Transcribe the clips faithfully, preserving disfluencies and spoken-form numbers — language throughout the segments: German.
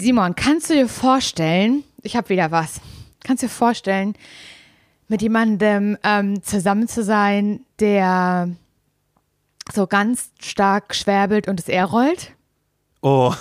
Simon, kannst du dir vorstellen, ich habe wieder was, kannst du dir vorstellen, mit jemandem ähm, zusammen zu sein, der so ganz stark schwäbelt und das R rollt? Oh.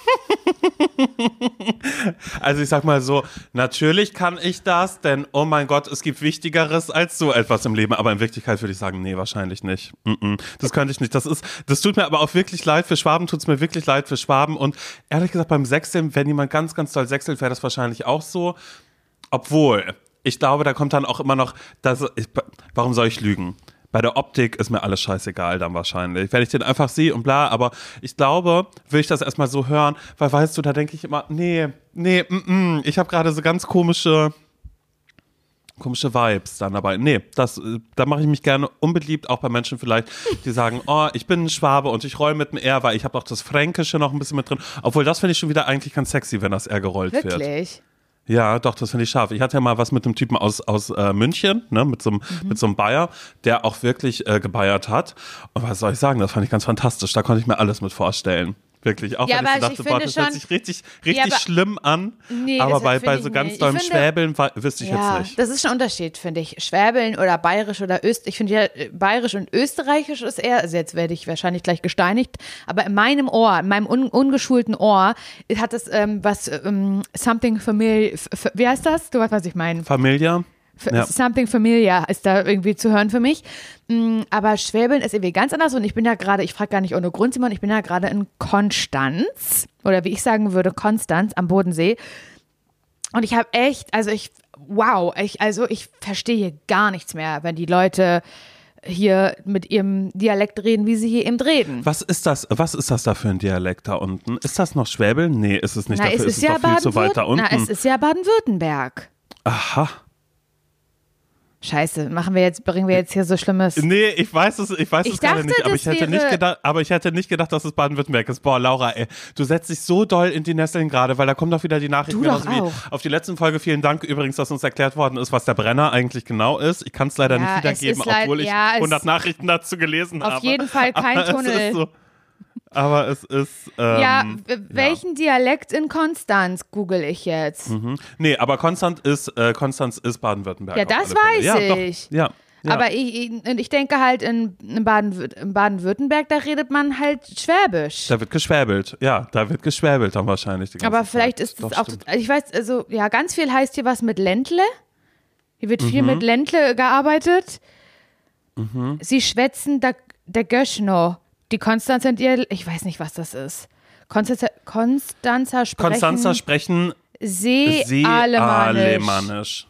Also ich sag mal so, natürlich kann ich das, denn oh mein Gott, es gibt Wichtigeres als so etwas im Leben, aber in Wirklichkeit würde ich sagen, nee, wahrscheinlich nicht. Mm-mm. Das könnte ich nicht. Das ist, das tut mir aber auch wirklich leid für Schwaben, tut es mir wirklich leid für Schwaben und ehrlich gesagt beim Sechseln, wenn jemand ganz, ganz doll sechselt, wäre das wahrscheinlich auch so, obwohl, ich glaube, da kommt dann auch immer noch, das, ich, warum soll ich lügen? Bei der Optik ist mir alles scheißegal dann wahrscheinlich, wenn ich den einfach sehe und bla, aber ich glaube, will ich das erstmal so hören, weil weißt du, da denke ich immer, nee, nee, mm, mm, ich habe gerade so ganz komische, komische Vibes dann dabei. Nee, das, da mache ich mich gerne unbeliebt, auch bei Menschen vielleicht, die sagen, oh, ich bin ein Schwabe und ich roll mit dem R, weil ich habe auch das Fränkische noch ein bisschen mit drin, obwohl das finde ich schon wieder eigentlich ganz sexy, wenn das R gerollt Wirklich? wird. Wirklich? Ja, doch, das finde ich scharf. Ich hatte ja mal was mit einem Typen aus, aus äh, München, ne, mit so einem mhm. mit so einem Bayer, der auch wirklich äh, gebeiert hat. Und was soll ich sagen, das fand ich ganz fantastisch. Da konnte ich mir alles mit vorstellen. Wirklich, auch ja, wenn ich so dachte, ich boah, das schon, hört sich richtig, richtig ja, schlimm an. Nee, aber bei, bei so nicht. ganz Ich dollem finde, Schwäbeln war, wüsste ich ja, jetzt nicht. Das ist schon ein Unterschied, finde ich. Schwäbeln oder bayerisch oder österreichisch. Ich finde ja, bayerisch und österreichisch ist eher, also jetzt werde ich wahrscheinlich gleich gesteinigt, aber in meinem Ohr, in meinem un, ungeschulten Ohr, hat es ähm, was, ähm, something familiar, f- wie heißt das? Du weißt, was ich meine. Familia? Ja. Something familiar ist da irgendwie zu hören für mich. Aber Schwäbeln ist irgendwie ganz anders und ich bin ja gerade, ich frage gar nicht ohne Grund, Simon, ich bin ja gerade in Konstanz oder wie ich sagen würde, Konstanz am Bodensee und ich habe echt, also ich, wow, ich, also ich verstehe gar nichts mehr, wenn die Leute hier mit ihrem Dialekt reden, wie sie hier eben reden. Was ist das, was ist das da für ein Dialekt da unten? Ist das noch Schwäbeln? Nee, ist es nicht. Na, Dafür es ist, ist es ja doch viel zu weit da unten. Na, es ist ja Baden-Württemberg. Aha. Scheiße, machen wir jetzt, bringen wir jetzt hier so Schlimmes. Nee, ich weiß es, ich weiß Ich es gerade dachte, nicht, aber ich hätte nicht gedacht, aber ich hätte nicht gedacht, dass es Baden-Württemberg ist. Boah, Laura, ey, du setzt dich so doll in die Nesseln gerade, weil da kommt doch wieder die Nachricht, Du genauso doch wie auch. auf die letzten Folge. Vielen Dank übrigens, dass uns erklärt worden ist, was der Brenner eigentlich genau ist. Ich kann es leider Ja, nicht wiedergeben, es ist leid- obwohl ich ja, es- hundert Nachrichten dazu gelesen Auf habe. jeden Fall kein aber Tunnel. Es ist so, aber es ist, ähm, Ja, w- welchen Dialekt in Konstanz google ich jetzt? Mhm. Nee, aber Konstanz ist, äh, Konstanz ist Baden-Württemberg. Ja, auf das alle Fälle. weiß ja, ich. Doch, ja. Ja. Aber ich, ich, und ich denke halt, in, in, Baden, in Baden-Württemberg, da redet man halt Schwäbisch. Da wird geschwäbelt, ja, da wird geschwäbelt dann wahrscheinlich die ganze Aber Zeit. vielleicht ist Doch, das auch, stimmt. also ich weiß, also ja, ganz viel heißt hier was mit Ländle. Hier wird viel Mhm. mit Ländle gearbeitet. Mhm. Sie schwätzen der, der Göschno. Die Konstanzer und ihr, ich weiß nicht, was das ist. Konstanzer, Konstanzer sprechen Konstanzer sprechen See-Alemannisch. Seealemannisch.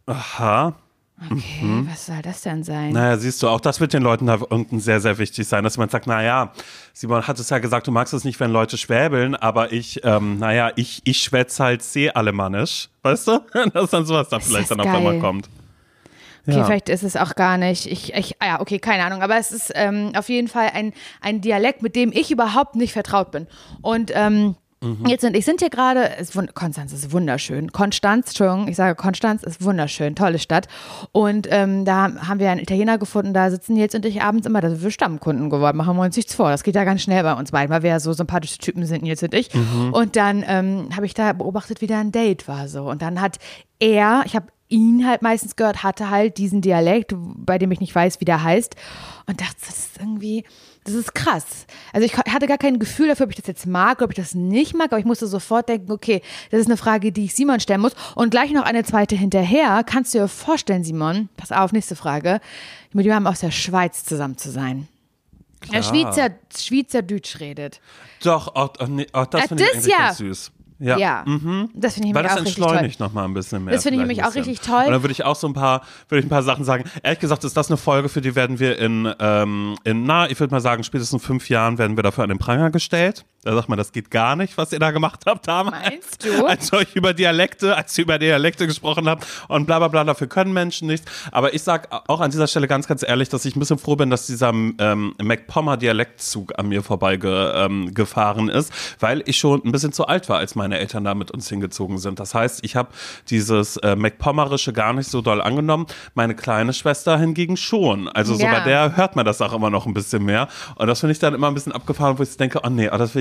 Aha. Okay, Mhm. was soll das denn sein? Naja, siehst du, auch das wird den Leuten da unten sehr, sehr wichtig sein, dass man sagt, naja, Simon hat es ja gesagt, du magst es nicht, wenn Leute schwäbeln, aber ich, ähm, naja, ich, ich schwätze halt Seealemannisch, weißt du? Dass dann sowas dann vielleicht das dann auf geil. einmal kommt. Okay, Ja. vielleicht ist es auch gar nicht. Ich, ich, ah ja, okay, keine Ahnung. Aber es ist ähm, auf jeden Fall ein, ein Dialekt, mit dem ich überhaupt nicht vertraut bin. Und ähm, Mhm. jetzt sind, ich sind hier gerade, es wund- Konstanz ist wunderschön. Konstanz, Entschuldigung, ich sage Konstanz ist wunderschön, tolle Stadt. Und ähm, da haben wir einen Italiener gefunden, da sitzen jetzt und ich abends immer, da sind wir Stammkunden geworden, machen wir uns nichts vor. Das geht ja ganz schnell bei uns beiden, weil wir ja so sympathische Typen sind, Nils und ich. Mhm. Und dann ähm, habe ich da beobachtet, wie da ein Date war so. Und dann hat er, ich habe ihn halt meistens gehört, hatte halt diesen Dialekt, bei dem ich nicht weiß, wie der heißt. Und dachte, das ist irgendwie, das ist krass. Also ich hatte gar kein Gefühl dafür, ob ich das jetzt mag oder ob ich das nicht mag, aber ich musste sofort denken, okay, das ist eine Frage, die ich Simon stellen muss. Und gleich noch eine zweite hinterher. Kannst du dir vorstellen, Simon, pass auf, nächste Frage, mit jemandem aus der Schweiz zusammen zu sein? Der Schweizer, Schweizerdeutsch redet. Doch, auch, auch, nee, auch das Ja, finde ich das eigentlich ja. ganz süß. Ja, Ja, Mhm. das finde ich Weil nämlich das auch richtig toll. entschleunigt nochmal ein bisschen mehr. Das finde ich vielleicht nämlich ein auch bisschen. richtig toll. Und dann würde ich auch so ein paar, würde ich ein paar Sachen sagen. Ehrlich gesagt ist das eine Folge, für die werden wir in, ähm, in na, ich würde mal sagen, spätestens fünf Jahren werden wir dafür an den Pranger gestellt. Da sagt man, das geht gar nicht, was ihr da gemacht habt damals. Meinst du? Als ihr euch über Dialekte, als ihr über Dialekte gesprochen habt und bla bla bla, dafür können Menschen nichts. Aber ich sag auch an dieser Stelle ganz, ganz ehrlich, dass ich ein bisschen froh bin, dass dieser ähm, MacPommer-Dialektzug an mir vorbeigefahren ähm, ist, weil ich schon ein bisschen zu alt war, als meine Eltern da mit uns hingezogen sind. Das heißt, ich habe dieses äh, MacPommerische gar nicht so doll angenommen. Meine kleine Schwester hingegen schon. Also so Ja. bei der hört man das auch immer noch ein bisschen mehr. Und das finde ich dann immer ein bisschen abgefahren, wo ich denke, oh nee, oh, das will ich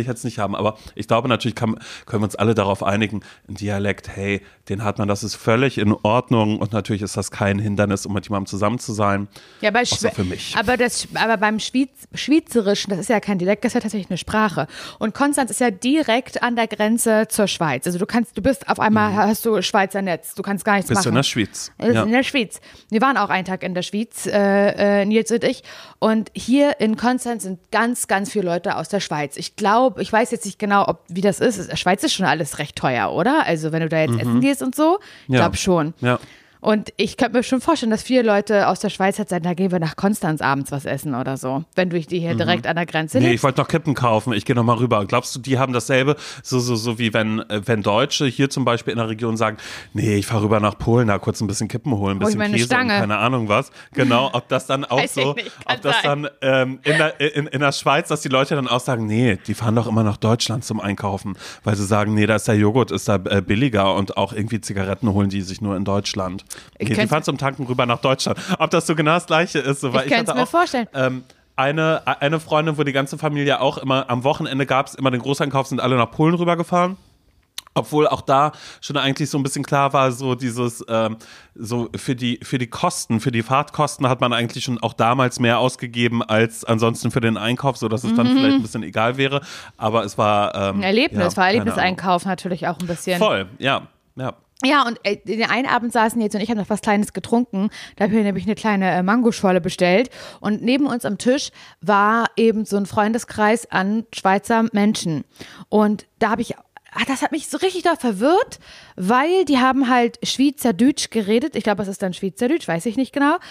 jetzt nicht haben, aber ich glaube natürlich kann, können wir uns alle darauf einigen, ein Dialekt, hey, den hat man, das ist völlig in Ordnung und natürlich ist das kein Hindernis, um mit jemandem zusammen zu sein, ja, bei außer für mich. Aber, das, aber beim Schwyz, Schweizerischen, das ist ja kein Dialekt, das ist ja tatsächlich eine Sprache und Konstanz ist ja direkt an der Grenze zur Schweiz, also du kannst, du bist auf einmal, mhm. hast du Schweizer Netz, du kannst gar nichts bist machen. Bist in der Schweiz. Ja. In der Schweiz. Wir waren auch einen Tag in der Schweiz, äh, äh, Nils und ich und hier in Konstanz sind ganz, ganz viele Leute aus der Schweiz. Ich glaube, ich weiß jetzt nicht genau, ob wie das ist. Schweiz ist schon alles recht teuer, oder? Also wenn du da jetzt mhm. essen gehst und so, ich ja. glaube schon. Ja. Und ich könnte mir schon vorstellen, dass viele Leute aus der Schweiz halt sagen, da gehen wir nach Konstanz abends was essen oder so, wenn du die hier mhm. direkt an der Grenze Nee, lebst. ich wollte noch Kippen kaufen, ich gehe noch mal rüber. Glaubst du, die haben dasselbe, so, so, so wie wenn, wenn Deutsche hier zum Beispiel in der Region sagen, nee, ich fahre rüber nach Polen, da kurz ein bisschen Kippen holen, ein bisschen Käse Stange. und keine Ahnung was. Genau, ob das dann auch Weiß so, ich nicht, ob das sein. dann ähm, in, der, in, in der Schweiz, dass die Leute dann auch sagen, nee, die fahren doch immer nach Deutschland zum Einkaufen, weil sie sagen, nee, da ist der Joghurt, ist da äh, billiger und auch irgendwie Zigaretten holen die sich nur in Deutschland. Nee, die fahren zum Tanken rüber nach Deutschland. Ob das so genau das Gleiche ist, so, weil ich, ich könnte hatte mir auch, vorstellen. Ähm, eine, eine Freundin, wo die ganze Familie auch immer, am Wochenende gab es immer den Großeinkauf, sind alle nach Polen rübergefahren. Obwohl auch da schon eigentlich so ein bisschen klar war, so dieses, ähm, so für die, für die Kosten, für die Fahrtkosten hat man eigentlich schon auch damals mehr ausgegeben als ansonsten für den Einkauf, sodass es mhm. dann vielleicht ein bisschen egal wäre. Aber es war ähm, ein Erlebnis, ja, war Erlebniseinkauf natürlich auch ein bisschen. Voll, ja, ja. Ja, und äh, den einen Abend saßen jetzt und ich habe noch was Kleines getrunken. Da habe ich nämlich eine kleine äh, Mangoschorle bestellt. Und neben uns am Tisch war eben so ein Freundeskreis an Schweizer Menschen. Und da habe ich, ach, das hat mich so richtig da verwirrt, weil die haben halt Schweizerdeutsch geredet. Ich glaube, es ist dann Schweizerdeutsch, weiß ich nicht genau.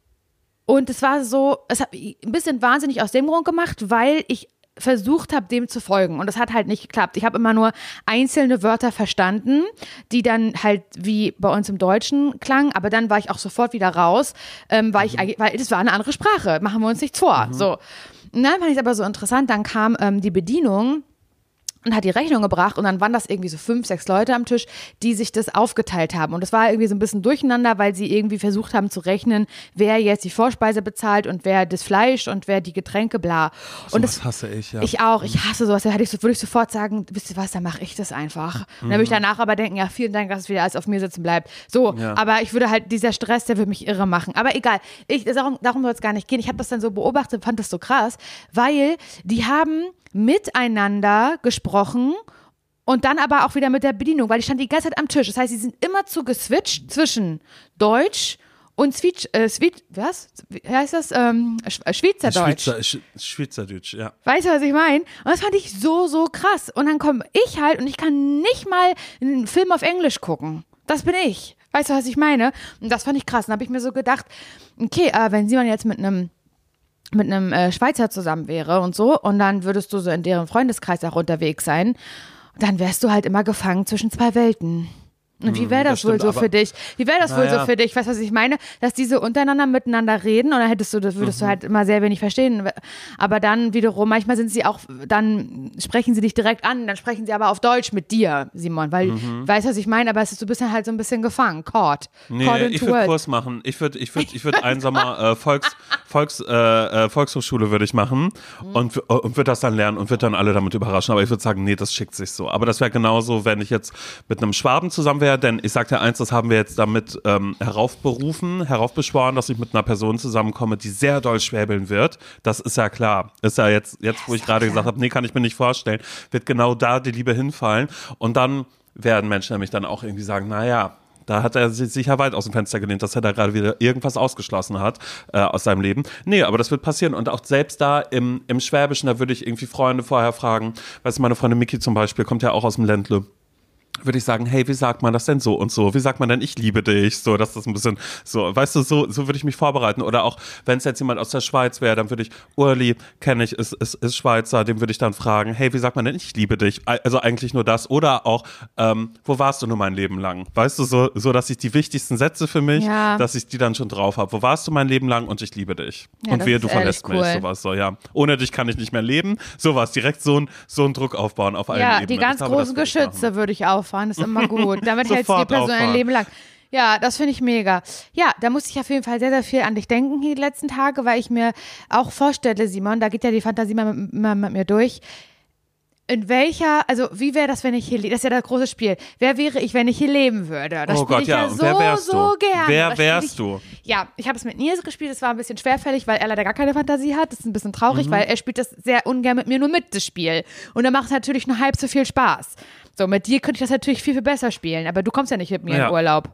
Und es war so, es hat mich ein bisschen wahnsinnig aus dem Grund gemacht, weil ich versucht habe, dem zu folgen. Und das hat halt nicht geklappt. Ich habe immer nur einzelne Wörter verstanden, die dann halt wie bei uns im Deutschen klangen, aber dann war ich auch sofort wieder raus, ähm, weil, ich, weil das war eine andere Sprache, machen wir uns nichts vor. Mhm. So. Und dann fand ich es aber so interessant, dann kam ähm, die Bedienung und hat die Rechnung gebracht und dann waren das irgendwie so fünf, sechs Leute am Tisch, die sich das aufgeteilt haben und das war irgendwie so ein bisschen durcheinander, weil sie irgendwie versucht haben zu rechnen, wer jetzt die Vorspeise bezahlt und wer das Fleisch und wer die Getränke, bla. Und das das hasse ich, ja. Ich auch, ich hasse sowas, da hätte ich so, würde ich sofort sagen, wisst ihr was, dann mache ich das einfach. Und dann würde ich danach aber denken, ja, vielen Dank, dass es wieder alles auf mir sitzen bleibt. So, ja. aber ich würde halt, dieser Stress, der würde mich irre machen. Aber egal, ich, darum, darum soll es gar nicht gehen. Ich habe das dann so beobachtet, fand das so krass, weil die haben miteinander gesprochen und dann aber auch wieder mit der Bedienung, weil die standen die ganze Zeit am Tisch. Das heißt, sie sind immer zu geswitcht zwischen Deutsch und Schweiz, äh, Schweiz, was? Wie heißt das? Ähm, Schweizerdeutsch. Schweizer, Sch Schweizerdeutsch, ja. Weißt du, was ich meine? Und das fand ich so, so krass. Und dann komme ich halt und ich kann nicht mal einen Film auf Englisch gucken. Das bin ich. Weißt du, was ich meine? Und das fand ich krass. Und da habe ich mir so gedacht, okay, äh, wenn Simon jetzt mit einem mit einem äh, Schweizer zusammen wäre und so und dann würdest du so in deren Freundeskreis auch unterwegs sein, dann wärst du halt immer gefangen zwischen zwei Welten. Und wie wäre das, das wohl so für dich? Wie wäre das wohl ja. so für dich? Weißt du, was ich meine? Dass diese untereinander miteinander reden und dann hättest du, das würdest mhm. du halt immer sehr wenig verstehen. Aber dann wiederum, manchmal sind sie auch, dann sprechen sie dich direkt an, dann sprechen sie aber auf Deutsch mit dir, Simon, weil, mhm. weißt du, was ich meine? Aber es ist, du bist dann halt so ein bisschen gefangen, caught. Nee, caught ich würde Kurs machen. Ich würde ich würd, ich würd einen Sommer äh, Volks, Volks, äh, äh, Volkshochschule würde ich machen mhm. und, und würde das dann lernen und würde dann alle damit überraschen. Aber ich würde sagen, nee, das schickt sich so. Aber das wäre genauso, wenn ich jetzt mit einem Schwaben zusammen wäre, denn ich sag dir eins, das haben wir jetzt damit ähm, heraufberufen, heraufbeschworen, dass ich mit einer Person zusammenkomme, die sehr doll schwäbeln wird. Das ist ja klar. Ist ja jetzt, jetzt wo ich gerade gesagt habe, nee, kann ich mir nicht vorstellen, wird genau da die Liebe hinfallen. Und dann werden Menschen nämlich dann auch irgendwie sagen, naja, da hat er sich sicher weit aus dem Fenster gelehnt, dass er da gerade wieder irgendwas ausgeschlossen hat äh, aus seinem Leben. Nee, aber das wird passieren. Und auch selbst da im, im Schwäbischen, da würde ich irgendwie Freunde vorher fragen. Weißt du, meine Freundin Miki zum Beispiel kommt ja auch aus dem Ländle. Würde ich sagen, hey, wie sagt man das denn so und so? Wie sagt man denn, ich liebe dich? So, dass das ein bisschen so, weißt du, so, so würde ich mich vorbereiten. Oder auch, wenn es jetzt jemand aus der Schweiz wäre, dann würde ich, Urli, kenne ich, ist, ist, ist Schweizer, dem würde ich dann fragen, hey, wie sagt man denn, ich liebe dich? Also eigentlich nur das. Oder auch, ähm, wo warst du nur mein Leben lang? Weißt du, so, so dass ich die wichtigsten Sätze für mich, ja. dass ich die dann schon drauf habe. Wo warst du mein Leben lang und ich liebe dich? Ja, und wehe, du verlässt cool. mich, sowas so, ja. Ohne dich kann ich nicht mehr leben. Sowas, direkt so ein, so ein Druck aufbauen auf allen ja, Ebenen. Ja, die ganz glaube, großen würde Geschütze würde ich auffahren, das ist immer gut. Damit hältst du die Person auffahren. ein Leben lang. Ja, das finde ich mega. Ja, da musste ich auf jeden Fall sehr, sehr viel an dich denken hier die letzten Tage, weil ich mir auch vorstelle, Simon, da geht ja die Fantasie mal mit, mal mit mir durch. in welcher, also wie wäre das, wenn ich hier lebe? Das ist ja das große Spiel. Wer wäre ich, wenn ich hier leben würde? Das oh Gott, ich ja. ja Und so, wer wärst so du? gerne. Wer Das wärst ich, du? Ja, ich habe es mit Nils gespielt, das war ein bisschen schwerfällig, weil er leider gar keine Fantasie hat. Das ist ein bisschen traurig, mhm. weil er spielt das sehr ungern mit mir nur mit, das Spiel. Und dann macht es natürlich nur halb so viel Spaß. So, mit dir könnte ich das natürlich viel, viel besser spielen, aber du kommst ja nicht mit mir ja. in Urlaub.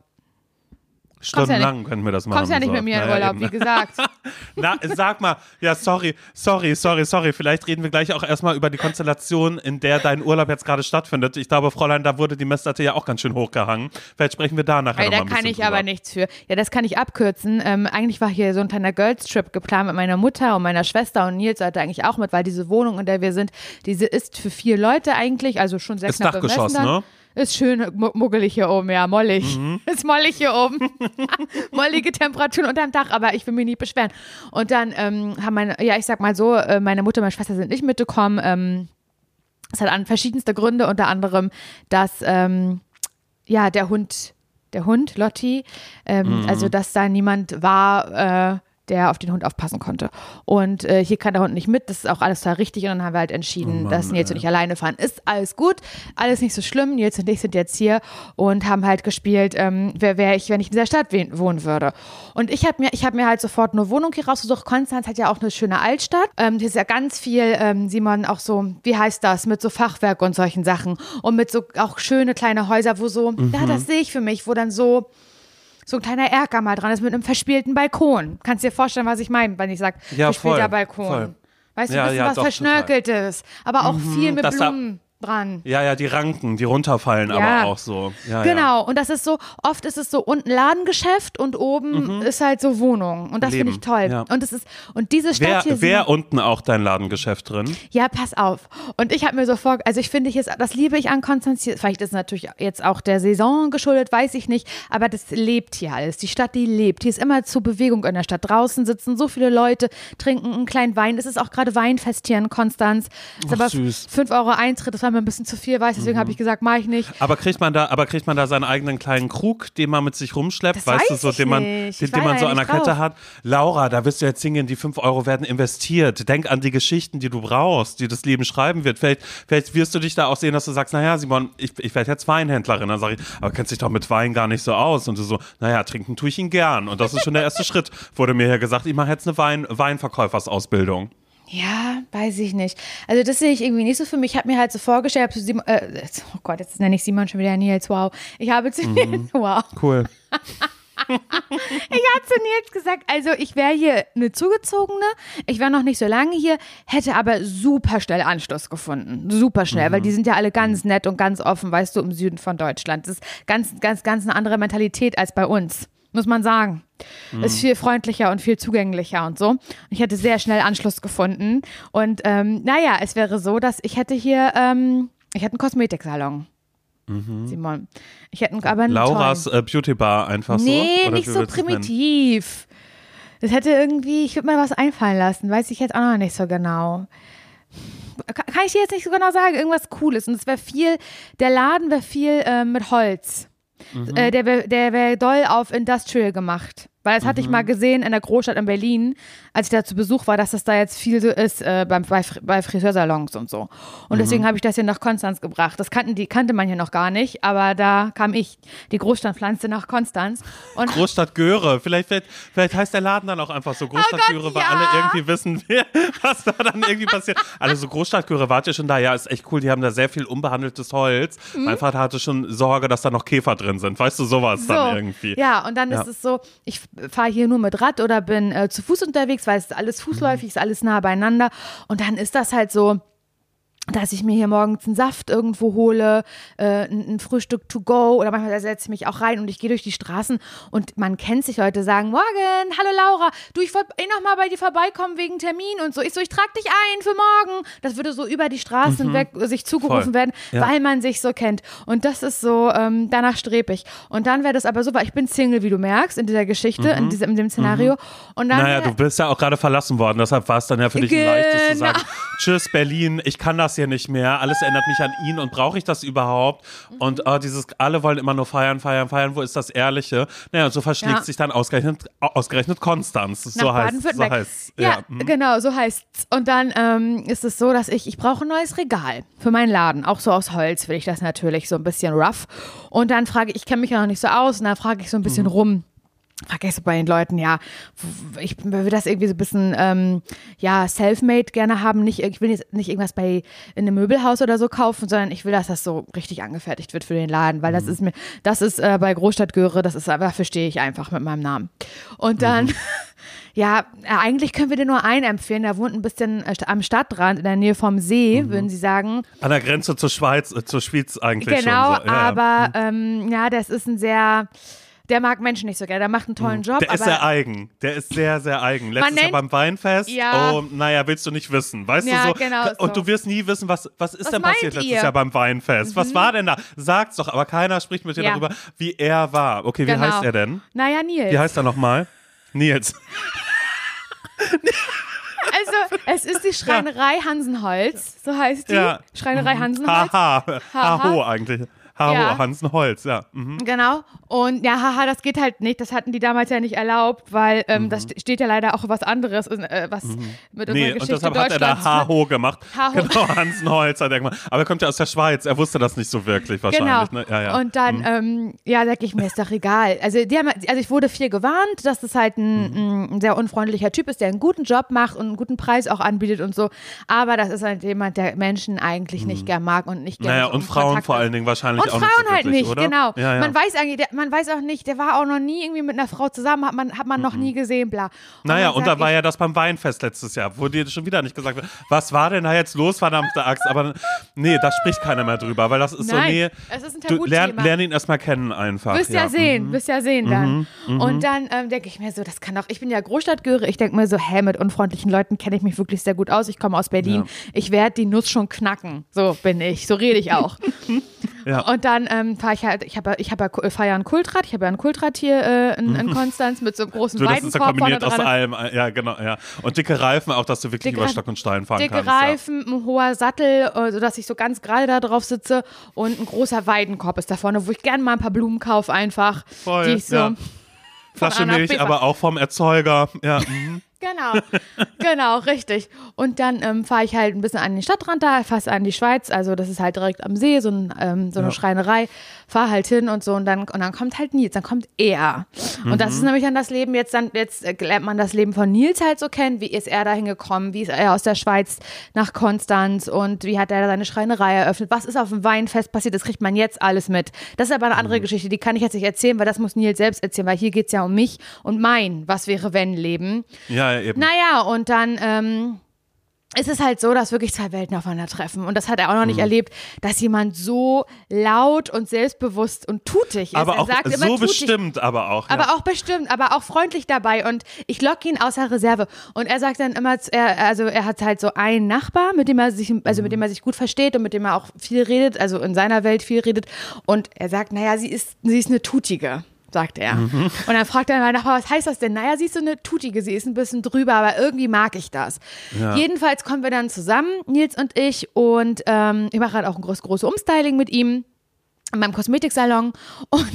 Stundenlang ja können wir das machen. Kommst ja nicht so. mit mir in naja, Urlaub, eben. wie gesagt. Na, sag mal, ja, sorry, sorry, sorry, sorry. Vielleicht reden wir gleich auch erstmal über die Konstellation, in der dein Urlaub jetzt gerade stattfindet. Ich glaube, Fräulein, da wurde die Messlatte ja auch ganz schön hochgehangen. Vielleicht sprechen wir da nachher hey, nochmal Da ein kann bisschen ich drüber. aber nichts für. Ja, das kann ich abkürzen. Ähm, eigentlich war hier so ein kleiner Girls-Trip geplant mit meiner Mutter und meiner Schwester und Nils sollte eigentlich auch mit, weil diese Wohnung, in der wir sind, diese ist für vier Leute eigentlich, also schon sehr Ist knapp Dachgeschoss, bemessen dann. ne? Ist schön muggelig hier oben, ja, mollig. Mhm. Ist mollig hier oben. Mollige Temperaturen unterm Dach, aber ich will mich nicht beschweren. Und dann ähm, haben meine, ja, ich sag mal so, äh, meine Mutter und meine Schwester sind nicht mitgekommen. Ähm, es hat an verschiedenste Gründe, unter anderem, dass ähm, ja, der Hund, der Hund, Lotti, ähm, mhm. also dass da niemand war, äh, der auf den Hund aufpassen konnte. Und äh, hier kann der Hund nicht mit, das ist auch alles total richtig und dann haben wir halt entschieden, oh Mann, dass Nils ey. und ich alleine fahren. Ist alles gut, alles nicht so schlimm, Nils und ich sind jetzt hier und haben halt gespielt, ähm, wer wäre ich, wenn ich in dieser Stadt wohnen würde. Und ich habe mir, ich hab mir halt sofort eine Wohnung hier rausgesucht. Konstanz hat ja auch eine schöne Altstadt. Ähm, hier ist ja ganz viel, ähm, Simon, auch so, wie heißt das, mit so Fachwerk und solchen Sachen und mit so auch schöne kleine Häuser, wo so, mhm. ja, das sehe ich für mich, wo dann so so ein kleiner Erker mal dran ist mit einem verspielten Balkon. Kannst dir vorstellen, was ich meine, wenn ich sage, ja, verspielter voll, Balkon. Voll. Weißt du, ja, ein bisschen ja, was doch, Verschnörkeltes, total. Aber auch mhm, viel mit Blumen da, dran. Ja, ja, die Ranken, die runterfallen ja. aber auch so. Ja, genau, ja. und das ist so, oft ist es so unten Ladengeschäft und oben mhm. ist halt so Wohnung. Und das finde ich toll. Ja. Und das ist, und diese Stadt wer, hier. Wer unten auch dein Ladengeschäft drin? Ja, pass auf. Und ich habe mir so vor, also ich finde, hier ist, das liebe ich an Konstanz, hier, vielleicht ist es natürlich jetzt auch der Saison geschuldet, weiß ich nicht, aber das lebt hier alles. Die Stadt, die lebt. Hier ist immer zu Bewegung in der Stadt. Draußen sitzen so viele Leute, trinken einen kleinen Wein. Es ist auch gerade Weinfest hier in Konstanz. Ist Ach, aber süß. fünf Euro Eintritt, das war mir ein bisschen zu viel, weiß, deswegen mhm. habe ich gesagt, mache ich nicht. Aber kriegt man da, aber kriegt man da seinen eigenen kleinen Krug, den man mit sich rumschleppt, das weißt weiß du, so den man, den, den man so an der Kette drauf. hat? Laura, da wirst du jetzt singen, die fünf Euro werden investiert. Denk an die Geschichten, die du brauchst, die das Leben schreiben wird. Vielleicht, vielleicht wirst du dich da auch sehen, dass du sagst, naja, Simon, ich, ich werde jetzt Weinhändlerin. Dann sage ich, aber kennst dich doch mit Wein gar nicht so aus. Und du so, naja, trinken tue ich ihn gern. Und das ist schon der erste Schritt, wurde mir hier gesagt, ich mache jetzt eine Wein, Weinverkäufersausbildung. Ja, weiß ich nicht. Also das sehe ich irgendwie nicht so für mich. Ich habe mir halt so vorgestellt, zu Simon, äh, oh Gott, jetzt nenne ich Simon schon wieder Nils, wow. Ich habe zu mhm. Nils, wow. Cool. Ich habe zu Nils gesagt, also ich wäre hier eine Zugezogene, ich wäre noch nicht so lange hier, hätte aber super schnell Anschluss gefunden. Super schnell, mhm. weil die sind ja alle ganz nett und ganz offen, weißt du, im Süden von Deutschland. Das ist ganz, ganz, ganz eine andere Mentalität als bei uns. Muss man sagen. Mhm. Ist viel freundlicher und viel zugänglicher und so. Und ich hätte sehr schnell Anschluss gefunden. Und ähm, naja, es wäre so, dass ich hätte hier, ähm, ich hätte einen Kosmetiksalon. Mhm. Simon. Ich hätte einen, aber einen Lauras tollen. äh, Beauty Bar einfach so? Nee, Oder nicht so primitiv. Das hätte irgendwie, ich würde mir was einfallen lassen. Weiß ich jetzt auch noch nicht so genau. Kann, kann ich dir jetzt nicht so genau sagen. Irgendwas Cooles. Und es wäre viel, der Laden wäre viel äh, mit Holz. Mhm. Äh, der wäre der wär doll auf Industrial gemacht. Weil das hatte mhm. ich mal gesehen in der Großstadt in Berlin, als ich da zu Besuch war, dass das da jetzt viel so ist äh, beim, bei, bei Friseursalons und so. Und mhm. deswegen habe ich das hier nach Konstanz gebracht. Das kannten die, kannte man hier noch gar nicht, aber da kam ich, die Großstadtpflanze nach Konstanz. Und Großstadt Göre. Vielleicht, vielleicht, vielleicht heißt der Laden dann auch einfach so Großstadt oh Göre, Gott, weil ja. alle irgendwie wissen, was da dann irgendwie passiert. Also so Großstadt Göre, wart ihr schon da? Ja, ist echt cool. Die haben da sehr viel unbehandeltes Holz. Mhm. Mein Vater hatte schon Sorge, dass da noch Käfer drin sind. Weißt du, sowas so. dann irgendwie. Ja, und dann ja. ist es so, ich fahre hier nur mit Rad oder bin äh, zu Fuß unterwegs, weil es ist alles fußläufig, ist alles nah beieinander. Und dann ist das halt so, dass ich mir hier morgens einen Saft irgendwo hole, äh, ein, ein Frühstück to go oder manchmal setze ich mich auch rein und ich gehe durch die Straßen und man kennt sich, Leute sagen, morgen, hallo Laura, du, ich wollte eh noch mal bei dir vorbeikommen wegen Termin und so. Ich so, ich trage dich ein für morgen. Das würde so über die Straßen mhm. weg sich zugerufen Voll. werden, ja. weil man sich so kennt. Und das ist so, ähm, danach strebe ich. Und dann wäre das aber so, weil ich bin Single, wie du merkst, in dieser Geschichte, mhm. in, diesem, in dem Szenario. Mhm. Und dann naja, du bist ja auch gerade verlassen worden, deshalb war es dann ja für dich ein leichtes zu sagen, tschüss Berlin, ich kann das das hier nicht mehr, alles erinnert mich an ihn und brauche ich das überhaupt? Mhm. Und oh, dieses, alle wollen immer nur feiern, feiern, feiern, wo ist das Ehrliche? Naja, und so verschlägt ja. sich dann ausgerechnet, ausgerechnet Konstanz, so heißt, so heißt ja, ja mhm. genau, so heißt's. Und dann ähm, ist es so, dass ich, ich brauche ein neues Regal für meinen Laden, auch so aus Holz will ich das natürlich, so ein bisschen rough. Und dann frage ich, ich kenne mich ja noch nicht so aus, und dann frage ich so ein bisschen mhm. rum. Frage ich so bei den Leuten, ja, ich will das irgendwie so ein bisschen, ähm, ja, self-made gerne haben. Nicht, ich will jetzt nicht irgendwas bei in einem Möbelhaus oder so kaufen, sondern ich will, dass das so richtig angefertigt wird für den Laden, weil das mhm. ist mir, das ist äh, bei Großstadt Göre, das ist, dafür stehe ich einfach mit meinem Namen. Und dann, mhm. ja, eigentlich können wir dir nur einen empfehlen, der wohnt ein bisschen äh, am Stadtrand, in der Nähe vom See, mhm. würden sie sagen. An der Grenze zur Schweiz, äh, zur Schweiz eigentlich genau, schon. Genau, so. ja, aber ja. Ähm, ja, das ist ein sehr... Der mag Menschen nicht so gerne, der macht einen tollen Job. Der aber ist sehr eigen, der ist sehr, sehr eigen. Letztes Jahr beim Weinfest, ja. oh, naja, willst du nicht wissen, weißt ja, du so? Genau und so. du wirst nie wissen, was, was ist was denn passiert ihr? letztes Jahr beim Weinfest? Mhm. Was war denn da? Sag's doch, aber keiner spricht mit dir ja. darüber, wie er war. Okay, wie genau. heißt er denn? Naja, Nils. Wie heißt er nochmal? Nils. Also, es ist die Schreinerei Hansenholz, so heißt die. Ja. Schreinerei Hansenholz. Haha, Haho eigentlich. Haho, ja. Hansenholz, ja. Mhm. Genau. Und ja, haha, das geht halt nicht. Das hatten die damals ja nicht erlaubt, weil ähm, mhm. das steht ja leider auch was anderes, äh, was mhm. mit unserer nee, Geschichte und deshalb hat er da Haho gemacht. Haho. Genau, Hansenholz hat er gemacht. Aber er kommt ja aus der Schweiz. Er wusste das nicht so wirklich wahrscheinlich. Genau. Ne? Ja, ja. Und dann, mhm. ähm, ja, sag ich mir, ist doch egal. Also, die haben, also ich wurde viel gewarnt, dass das halt ein, mhm. ein sehr unfreundlicher Typ ist, der einen guten Job macht und einen guten Preis auch anbietet und so. Aber das ist halt jemand, der Menschen eigentlich mhm. nicht gern mag und nicht gerne Naja, so und Frauen Kontakt vor allen Dingen wahrscheinlich und auch Frauen nicht so halt wirklich, nicht, oder? genau. Ja, ja. Man weiß eigentlich, der, man weiß auch nicht, der war auch noch nie irgendwie mit einer Frau zusammen, hat man, hat man noch nie gesehen, bla. Und naja, und da war ich, ja das beim Weinfest letztes Jahr, wo dir schon wieder nicht gesagt wird, was war denn da jetzt los, verdammte Axt? Aber nee, da spricht keiner mehr drüber, weil das ist Nein, so, nee, es ist ein du lern, lern ihn erstmal kennen einfach. Wirst ja, ja sehen, mhm. wirst ja sehen dann. Mhm. Mhm. Und dann ähm, denke ich mir so, das kann doch, ich bin ja Großstadtgöre, ich denke mir so, hä, mit unfreundlichen Leuten kenne ich mich wirklich sehr gut aus, ich komme aus Berlin, ja. ich werde die Nuss schon knacken, so bin ich, so rede ich auch. Ja. Und dann ähm, fahre ich halt, ich habe ich hab ja, feiere ja ein Kultrad, ich habe ja ein Kultrad hier äh, in, in Konstanz mit so einem großen so, Weidenkorb. Das ist ja kombiniert aus allem, ja genau, ja. Und dicke Reifen auch, dass du wirklich dicke, über Stock und Stein fahren dicke kannst. Dicke Reifen, ja. ein hoher Sattel, sodass ich so ganz gerade da drauf sitze und ein großer Weidenkorb ist da vorne, wo ich gerne mal ein paar Blumen kaufe einfach. Voll, die ich so ja. Flasche Milch, aber auch vom Erzeuger, ja. Mhm. Genau, genau, richtig. Und dann ähm, fahre ich halt ein bisschen an den Stadtrand da, fast an die Schweiz, also das ist halt direkt am See, so, ein, ähm, so eine ja. Schreinerei, fahre halt hin und so und dann, und dann kommt halt Nils, dann kommt er. Und mhm. das ist nämlich dann das Leben, jetzt dann jetzt lernt man das Leben von Nils halt so kennen, wie ist er da hingekommen, wie ist er aus der Schweiz nach Konstanz und wie hat er da seine Schreinerei eröffnet, was ist auf dem Weinfest passiert, das kriegt man jetzt alles mit. Das ist aber eine andere mhm. Geschichte, die kann ich jetzt nicht erzählen, weil das muss Nils selbst erzählen, weil hier geht es ja um mich und mein Was-wäre-wenn-Leben. Ja, eben. Naja, und dann ähm, ist es halt so, dass wirklich zwei Welten aufeinandertreffen. Und das hat er auch noch nicht mhm. erlebt, dass jemand so laut und selbstbewusst und tutig ist. Aber er auch sagt so immer bestimmt, aber auch. Ja. Aber auch bestimmt, aber auch freundlich dabei. Und ich locke ihn außer Reserve. Und er sagt dann immer, er, also er hat halt so einen Nachbar, mit dem er sich, also mit dem er sich gut versteht und mit dem er auch viel redet, also in seiner Welt viel redet. Und er sagt, naja, sie ist, sie ist eine Tutige. Sagt er. Mhm. Und dann fragt er mein Nachbar, was heißt das denn? Naja, sie ist so eine Tutige, sie ist ein bisschen drüber, aber irgendwie mag ich das. Ja. Jedenfalls kommen wir dann zusammen, Nils und ich, und ähm, ich mache halt auch ein groß, großes Umstyling mit ihm in meinem Kosmetiksalon und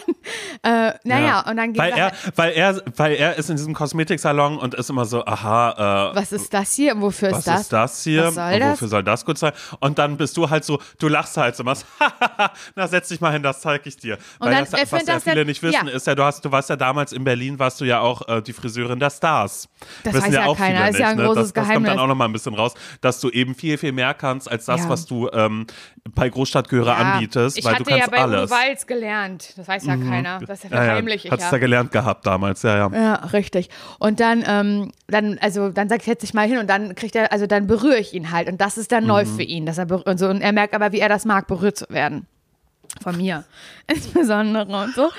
dann, äh, naja, ja. und dann geht weil er, weil er, weil er ist in diesem Kosmetiksalon und ist immer so, aha, äh, was ist das hier und wofür ist das? Was ist das hier was soll und das? Wofür soll das gut sein? Und dann bist du halt so, du lachst halt so, was, na setz dich mal hin, das zeig ich dir. Und weil dann, das, was ja viele nicht wissen, ja. ist ja, du hast, du warst ja damals in Berlin, warst du ja auch äh, die Friseurin der Stars. Das wissen weiß ja auch keiner, viele ist ja ein nicht, großes ne? das, das Geheimnis. kommt dann auch noch mal ein bisschen raus, dass du eben viel, viel mehr kannst, als das, ja. was du ähm, bei Großstadtgöre ja. anbietest, ich weil du kannst ja bei alles. Walz gelernt. Das weiß ja mhm. keiner. Das ist ja verheimlich. Ja, ja. Hattest du ja gelernt gehabt damals, ja, ja. Ja, richtig. Und dann, ähm, dann, also dann sag ich, setz dich mal hin und dann kriegt er, also dann berühre ich ihn halt. Und das ist dann mhm. neu für ihn. Dass er berührt, und, so, und er merkt aber, wie er das mag, berührt zu werden. Von mir. Insbesondere und so.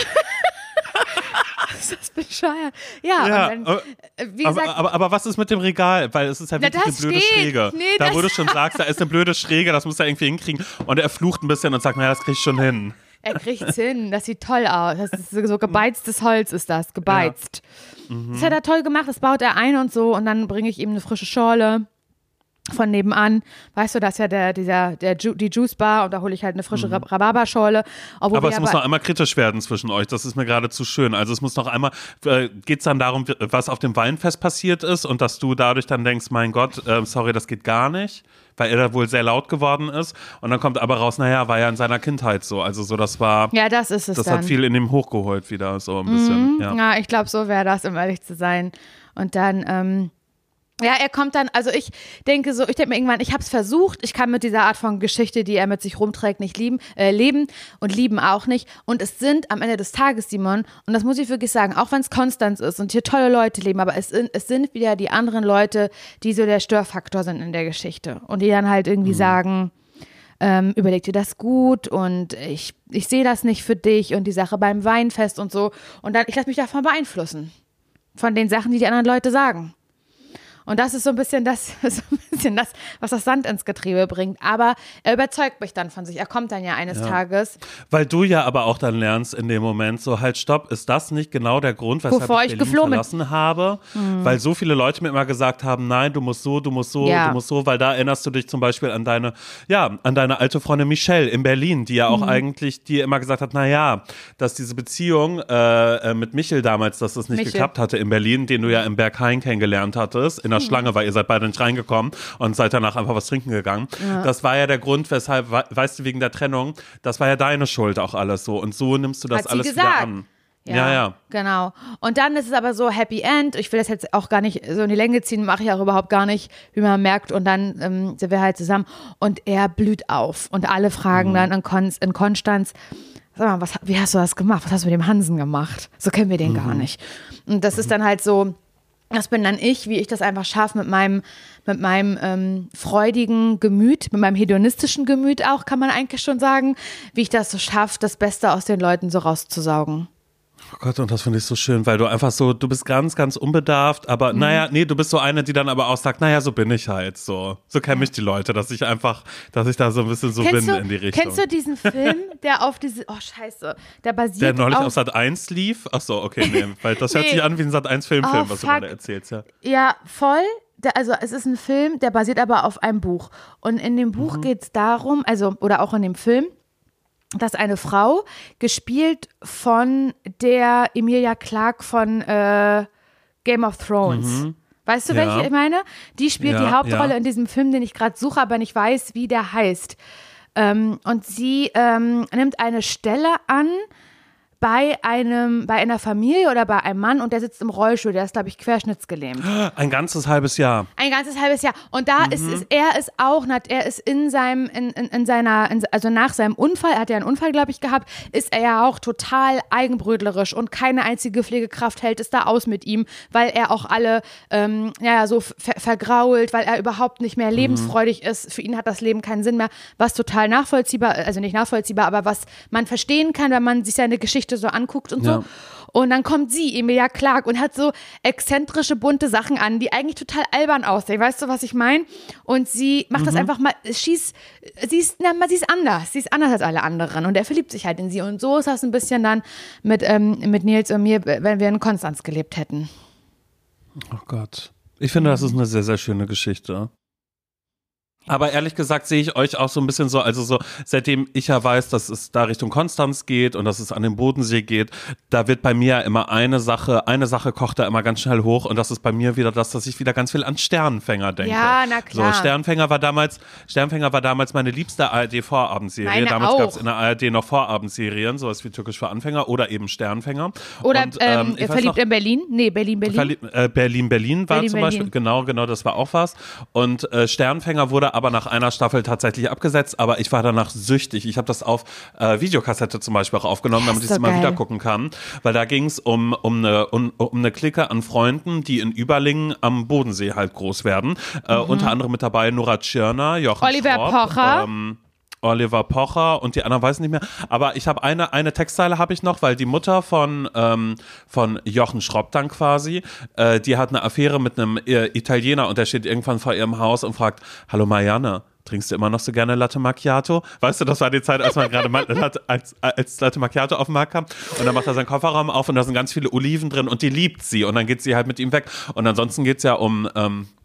Ist das bescheuert? Ja, ja und dann, wie aber, gesagt, aber, aber was ist mit dem Regal? Weil es ist ja wirklich na, eine blöde steht. Schräge. Nee, da, wo du schon sagst, da ist eine blöde Schräge, das muss er irgendwie hinkriegen. Und er flucht ein bisschen und sagt, naja, das krieg ich schon hin. Er kriegt's hin, das sieht toll aus. Das ist so gebeiztes Holz ist das, gebeizt. Ja. Mhm. Das hat er toll gemacht, das baut er ein und so und dann bringe ich ihm eine frische Schorle. von nebenan, weißt du, das ist ja der, dieser, der Ju- die Juice Bar und da hole ich halt eine frische mhm. Rhabarberschorle. Aber es muss noch einmal kritisch werden zwischen euch, das ist mir gerade zu schön. Also es muss noch einmal, äh, geht es dann darum, was auf dem Weinfest passiert ist und dass du dadurch dann denkst, mein Gott, äh, sorry, das geht gar nicht, weil er da wohl sehr laut geworden ist und dann kommt aber raus, naja, war ja in seiner Kindheit so, also so, das war, ja, das ist es das dann. hat viel in ihm hochgeholt wieder, so ein bisschen. Mhm. Ja. ja, ich glaube, so wäre das, um ehrlich zu sein. Und dann, ähm, ja, er kommt dann, also ich denke so, ich denke mir irgendwann, ich habe es versucht, ich kann mit dieser Art von Geschichte, die er mit sich rumträgt, nicht lieben, äh, leben und lieben auch nicht. Und es sind am Ende des Tages, Simon, und das muss ich wirklich sagen, auch wenn es Konstanz ist und hier tolle Leute leben, aber es sind, es sind wieder die anderen Leute, die so der Störfaktor sind in der Geschichte und die dann halt irgendwie mhm. sagen, ähm, überleg dir das gut und ich, ich sehe das nicht für dich und die Sache beim Weinfest und so. Und dann, ich lasse mich davon beeinflussen, von den Sachen, die die anderen Leute sagen. Und das ist so ein bisschen das, so ein bisschen das, was das Sand ins Getriebe bringt. Aber er überzeugt mich dann von sich. Er kommt dann ja eines ja. Tages. Weil du ja aber auch dann lernst in dem Moment so, halt stopp, ist das nicht genau der Grund, weshalb Bevor ich ich Berlin geflohen verlassen habe? Mhm. Weil so viele Leute mir immer gesagt haben, nein, du musst so, du musst so, ja. du musst so. Weil da erinnerst du dich zum Beispiel an deine, ja, an deine alte Freundin Michelle in Berlin, die ja auch mhm. eigentlich, die immer gesagt hat, naja, dass diese Beziehung äh, mit Michel damals, dass das nicht Michel. geklappt hatte in Berlin, den du ja im Berghain kennengelernt hattest, in der mhm. Schlange, weil ihr seid beide nicht reingekommen und seid danach einfach was trinken gegangen. Ja. Das war ja der Grund, weshalb, weißt du, wegen der Trennung, das war ja deine Schuld auch alles so. Und so nimmst du das Hat alles sie gesagt. wieder an. Ja, ja, ja. Genau. Und dann ist es aber so Happy End. Ich will das jetzt auch gar nicht so in die Länge ziehen, mache ich auch überhaupt gar nicht, wie man merkt. Und dann ähm, sind wir halt zusammen und er blüht auf. Und alle fragen mhm. dann in, Kon- in Konstanz, sag mal, was, wie hast du das gemacht? Was hast du mit dem Hansen gemacht? So kennen wir den mhm. gar nicht. Und das mhm. ist dann halt so, das bin dann ich, wie ich das einfach schaffe mit meinem, mit meinem ähm, freudigen Gemüt, mit meinem hedonistischen Gemüt auch, kann man eigentlich schon sagen, wie ich das so schaffe, das Beste aus den Leuten so rauszusaugen. Oh Gott, und das finde ich so schön, weil du einfach so, du bist ganz, ganz unbedarft, aber mhm. naja, nee, du bist so eine, die dann aber auch sagt, naja, so bin ich halt so. So kennen mich die Leute, dass ich einfach, dass ich da so ein bisschen so kennst bin du, in die Richtung. Kennst du diesen Film, der auf diese, oh scheiße, der basiert Der neulich auf, auf Sat eins lief? Ach so, okay, nee, weil das hört nee. sich an wie ein Sat eins Filmfilm, oh, was fuck. du gerade erzählst, ja. Ja, voll. Der, also es ist ein Film, der basiert aber auf einem Buch. Und in dem Buch mhm. geht es darum, also, oder auch in dem Film, dass eine Frau, gespielt von der Emilia Clarke von äh, Game of Thrones. Mhm. Weißt du, ja. welche ich meine? Die spielt ja, die Hauptrolle ja. in diesem Film, den ich gerade suche, aber nicht weiß, wie der heißt. Ähm, und sie ähm, nimmt eine Stelle an bei einem, bei einer Familie oder bei einem Mann und der sitzt im Rollstuhl, der ist, glaube ich, querschnittsgelähmt. Ein ganzes halbes Jahr. Ein ganzes halbes Jahr. Und da mhm. ist, ist er ist auch, er ist in seinem, in, in, in seiner, in, also nach seinem Unfall, er hat ja einen Unfall, glaube ich, gehabt, ist er ja auch total eigenbrötlerisch und keine einzige Pflegekraft hält es da aus mit ihm, weil er auch alle, ähm, ja, so ver- vergrault, weil er überhaupt nicht mehr lebensfreudig mhm. ist. Für ihn hat das Leben keinen Sinn mehr, was total nachvollziehbar, also nicht nachvollziehbar, aber was man verstehen kann, wenn man sich seine Geschichte so anguckt und ja. so. Und dann kommt sie, Emilia Clarke, und hat so exzentrische, bunte Sachen an, die eigentlich total albern aussehen. Weißt du, was ich meine? Und sie macht mhm. das einfach mal, schießt, sie ist, na, sie ist anders. Sie ist anders als alle anderen. Und er verliebt sich halt in sie. Und so ist das ein bisschen dann mit, ähm, mit Nils und mir, wenn wir in Konstanz gelebt hätten. Oh Gott. Ich finde, das ist eine sehr, sehr schöne Geschichte. Aber ehrlich gesagt sehe ich euch auch so ein bisschen so, also so, seitdem ich ja weiß, dass es da Richtung Konstanz geht und dass es an den Bodensee geht, da wird bei mir immer eine Sache, eine Sache kocht da immer ganz schnell hoch und das ist bei mir wieder das, dass ich wieder ganz viel an Sternenfänger denke. Ja, na klar. So, Sternenfänger war damals, Sternenfänger war damals meine liebste A R D-Vorabendserie. Meine damals auch. gab es in der A R D noch Vorabendserien, sowas wie Türkisch für Anfänger oder eben Sternenfänger. Oder und, ähm, ähm, Verliebt noch, in Berlin? Nee, Berlin, Berlin. Verlieb, äh, Berlin, Berlin war Berlin, zum Berlin. Beispiel, genau, genau, das war auch was. Und äh, Sternenfänger wurde aber nach einer Staffel tatsächlich abgesetzt, aber ich war danach süchtig. Ich habe das auf äh, Videokassette zum Beispiel auch aufgenommen, damit ich es so immer geil. wieder gucken kann, weil da ging es um, um, eine, um, um eine Clique an Freunden, die in Überlingen am Bodensee halt groß werden. Äh, mhm. Unter anderem mit dabei Nora Tschirner, Jochen Oliver Schropp, Pocher. Ähm, Oliver Pocher und die anderen weiß ich nicht mehr. Aber ich habe eine, eine Textzeile habe ich noch, weil die Mutter von, ähm, von Jochen Schropp dann quasi, äh, die hat eine Affäre mit einem äh, Italiener und der steht irgendwann vor ihrem Haus und fragt, hallo Marianne, trinkst du immer noch so gerne Latte Macchiato? Weißt du, das war die Zeit, als man gerade als, als Latte Macchiato auf den Markt kam. Und dann macht er seinen Kofferraum auf und da sind ganz viele Oliven drin und die liebt sie. Und dann geht sie halt mit ihm weg. Und ansonsten geht es ja um... Ähm,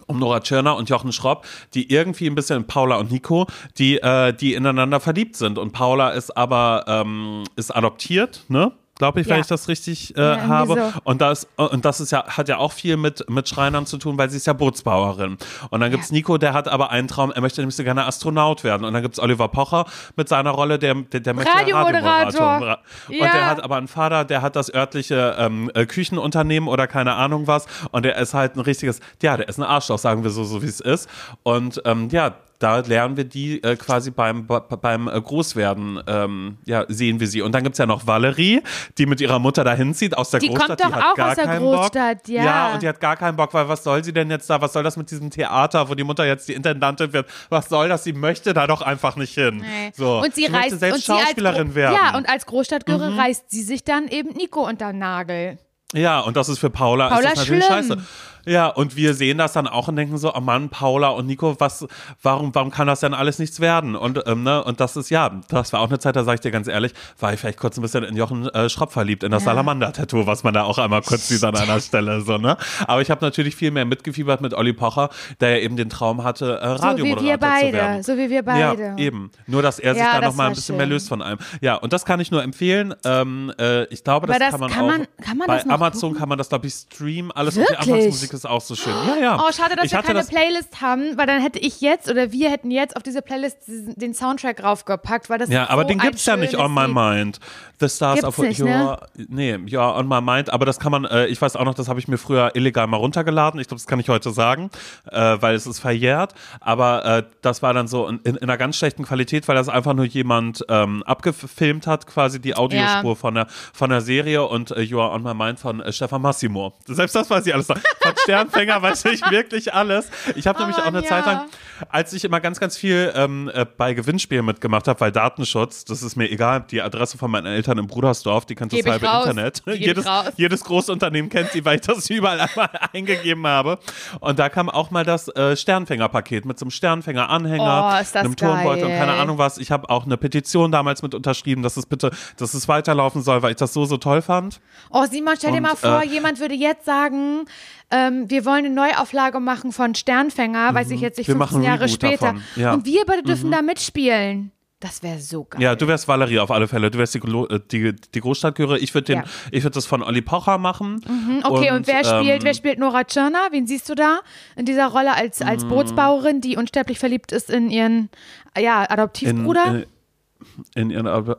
um Nora Tschirner und Jochen Schropp, die irgendwie ein bisschen Paula und Nico, die, äh, die ineinander verliebt sind. Und Paula ist aber ähm, ist adoptiert, ne? Glaube ich, ja. wenn ich das richtig äh, ja, habe. So. Und das, und das ist ja, hat ja auch viel mit, mit Schreinern zu tun, weil sie ist ja Bootsbauerin. Und dann gibt's ja. Nico, der hat aber einen Traum, er möchte nämlich so gerne Astronaut werden. Und dann gibt's Oliver Pocher mit seiner Rolle, der, der, der möchte Radiomoderator. Radiomoderator. Und ja. der hat aber einen Vater, der hat das örtliche ähm, Küchenunternehmen oder keine Ahnung was. Und der ist halt ein richtiges, ja, der ist ein Arschloch, sagen wir so, so wie es ist. Und ähm, ja, da lernen wir die äh, quasi beim, beim äh, Großwerden, ähm, ja, sehen wir sie. Und dann gibt's ja noch Valerie, die mit ihrer Mutter dahin zieht aus der die Großstadt. Kommt doch die hat auch gar aus der keinen Großstadt, Bock. ja. Ja, und die hat gar keinen Bock, weil was soll sie denn jetzt da? Was soll das mit diesem Theater, wo die Mutter jetzt die Intendantin wird? Was soll das? Sie möchte da doch einfach nicht hin. Nee. So. Und sie, sie reist, möchte selbst und Schauspielerin sie werden. Ja, und als Großstadtgirre mhm. reißt sie sich dann eben Nico unter den Nagel. Ja, und das ist für Paula, Paula ist das natürlich schlimm. scheiße. Ja, und wir sehen das dann auch und denken so, oh Mann, Paula und Nico, was, warum, warum kann das denn alles nichts werden? Und, ähm, ne, und das ist, ja, das war auch eine Zeit, da sage ich dir ganz ehrlich, war ich vielleicht kurz ein bisschen in Jochen äh, Schropp verliebt, in das ja. Salamander-Tattoo, was man da auch einmal kurz sieht an einer Stelle, so, ne? Aber ich habe natürlich viel mehr mitgefiebert mit Olli Pocher, der ja eben den Traum hatte, äh, Radiomoderator so wie wir beide, zu werden. So wie wir beide. Ja, eben. Nur, dass er sich ja, da nochmal ein bisschen schön. mehr löst von allem. Ja, und das kann ich nur empfehlen. Ähm, äh, ich glaube, das, das kann man kann auch, man, kann man bei das noch Amazon gucken? kann man das, glaube ich, streamen. Alles Wirklich? und die Anfangsmusik ist auch so schön. Ja, ja. Oh, schade, dass ich wir keine das, Playlist haben, weil dann hätte ich jetzt oder wir hätten jetzt auf diese Playlist den Soundtrack raufgepackt, weil das ja, ist aber so den gibt's ja nicht on my mind. The Stars gibt's of nicht, your, ne? Nee, ja, on my mind, aber das kann man, äh, ich weiß auch noch, das habe ich mir früher illegal mal runtergeladen. Ich glaube, das kann ich heute sagen, äh, weil es ist verjährt, aber äh, das war dann so in, in einer ganz schlechten Qualität, weil das einfach nur jemand ähm, abgefilmt hat, quasi die Audiospur ja. von der von der Serie und äh, You Are on My Mind von äh, Stefan Massimo. Selbst das weiß ich alles. Von Sternfänger weiß ich wirklich alles. Ich habe oh nämlich auch eine ja. Zeit lang, als ich immer ganz, ganz viel ähm, äh, bei Gewinnspielen mitgemacht habe, weil Datenschutz, das ist mir egal, die Adresse von meinen Eltern in Brudersdorf, die kennt das halbe Internet. Jedes, jedes Großunternehmen kennt sie, weil ich das überall einmal eingegeben habe. Und da kam auch mal das äh, Sternfänger-Paket mit so einem Sternfänger-Anhänger, oh, einem Turnbeutel und keine Ahnung was. Ich habe auch eine Petition damals mit unterschrieben, dass es bitte, dass es weiterlaufen soll, weil ich das so, so toll fand. Oh, Simon, stell dir und, mal vor, äh, jemand würde jetzt sagen, ähm, wir wollen eine Neuauflage machen von Sternfänger, mhm. weiß ich jetzt nicht, wir fünfzehn Jahre später. Ja. Und wir beide dürfen mhm. da mitspielen. Das wäre so geil. Ja, du wärst Valerie auf alle Fälle. Du wärst die, die, die Großstadtchöre. Ich würde ja. würd das von Olli Pocher machen. Mhm, okay, und, und wer, ähm, spielt, wer spielt Nora Tschirner? Wen siehst du da in dieser Rolle als, als Bootsbauerin, die unsterblich verliebt ist in ihren ja, Adoptivbruder? In, in, in ihren Ad-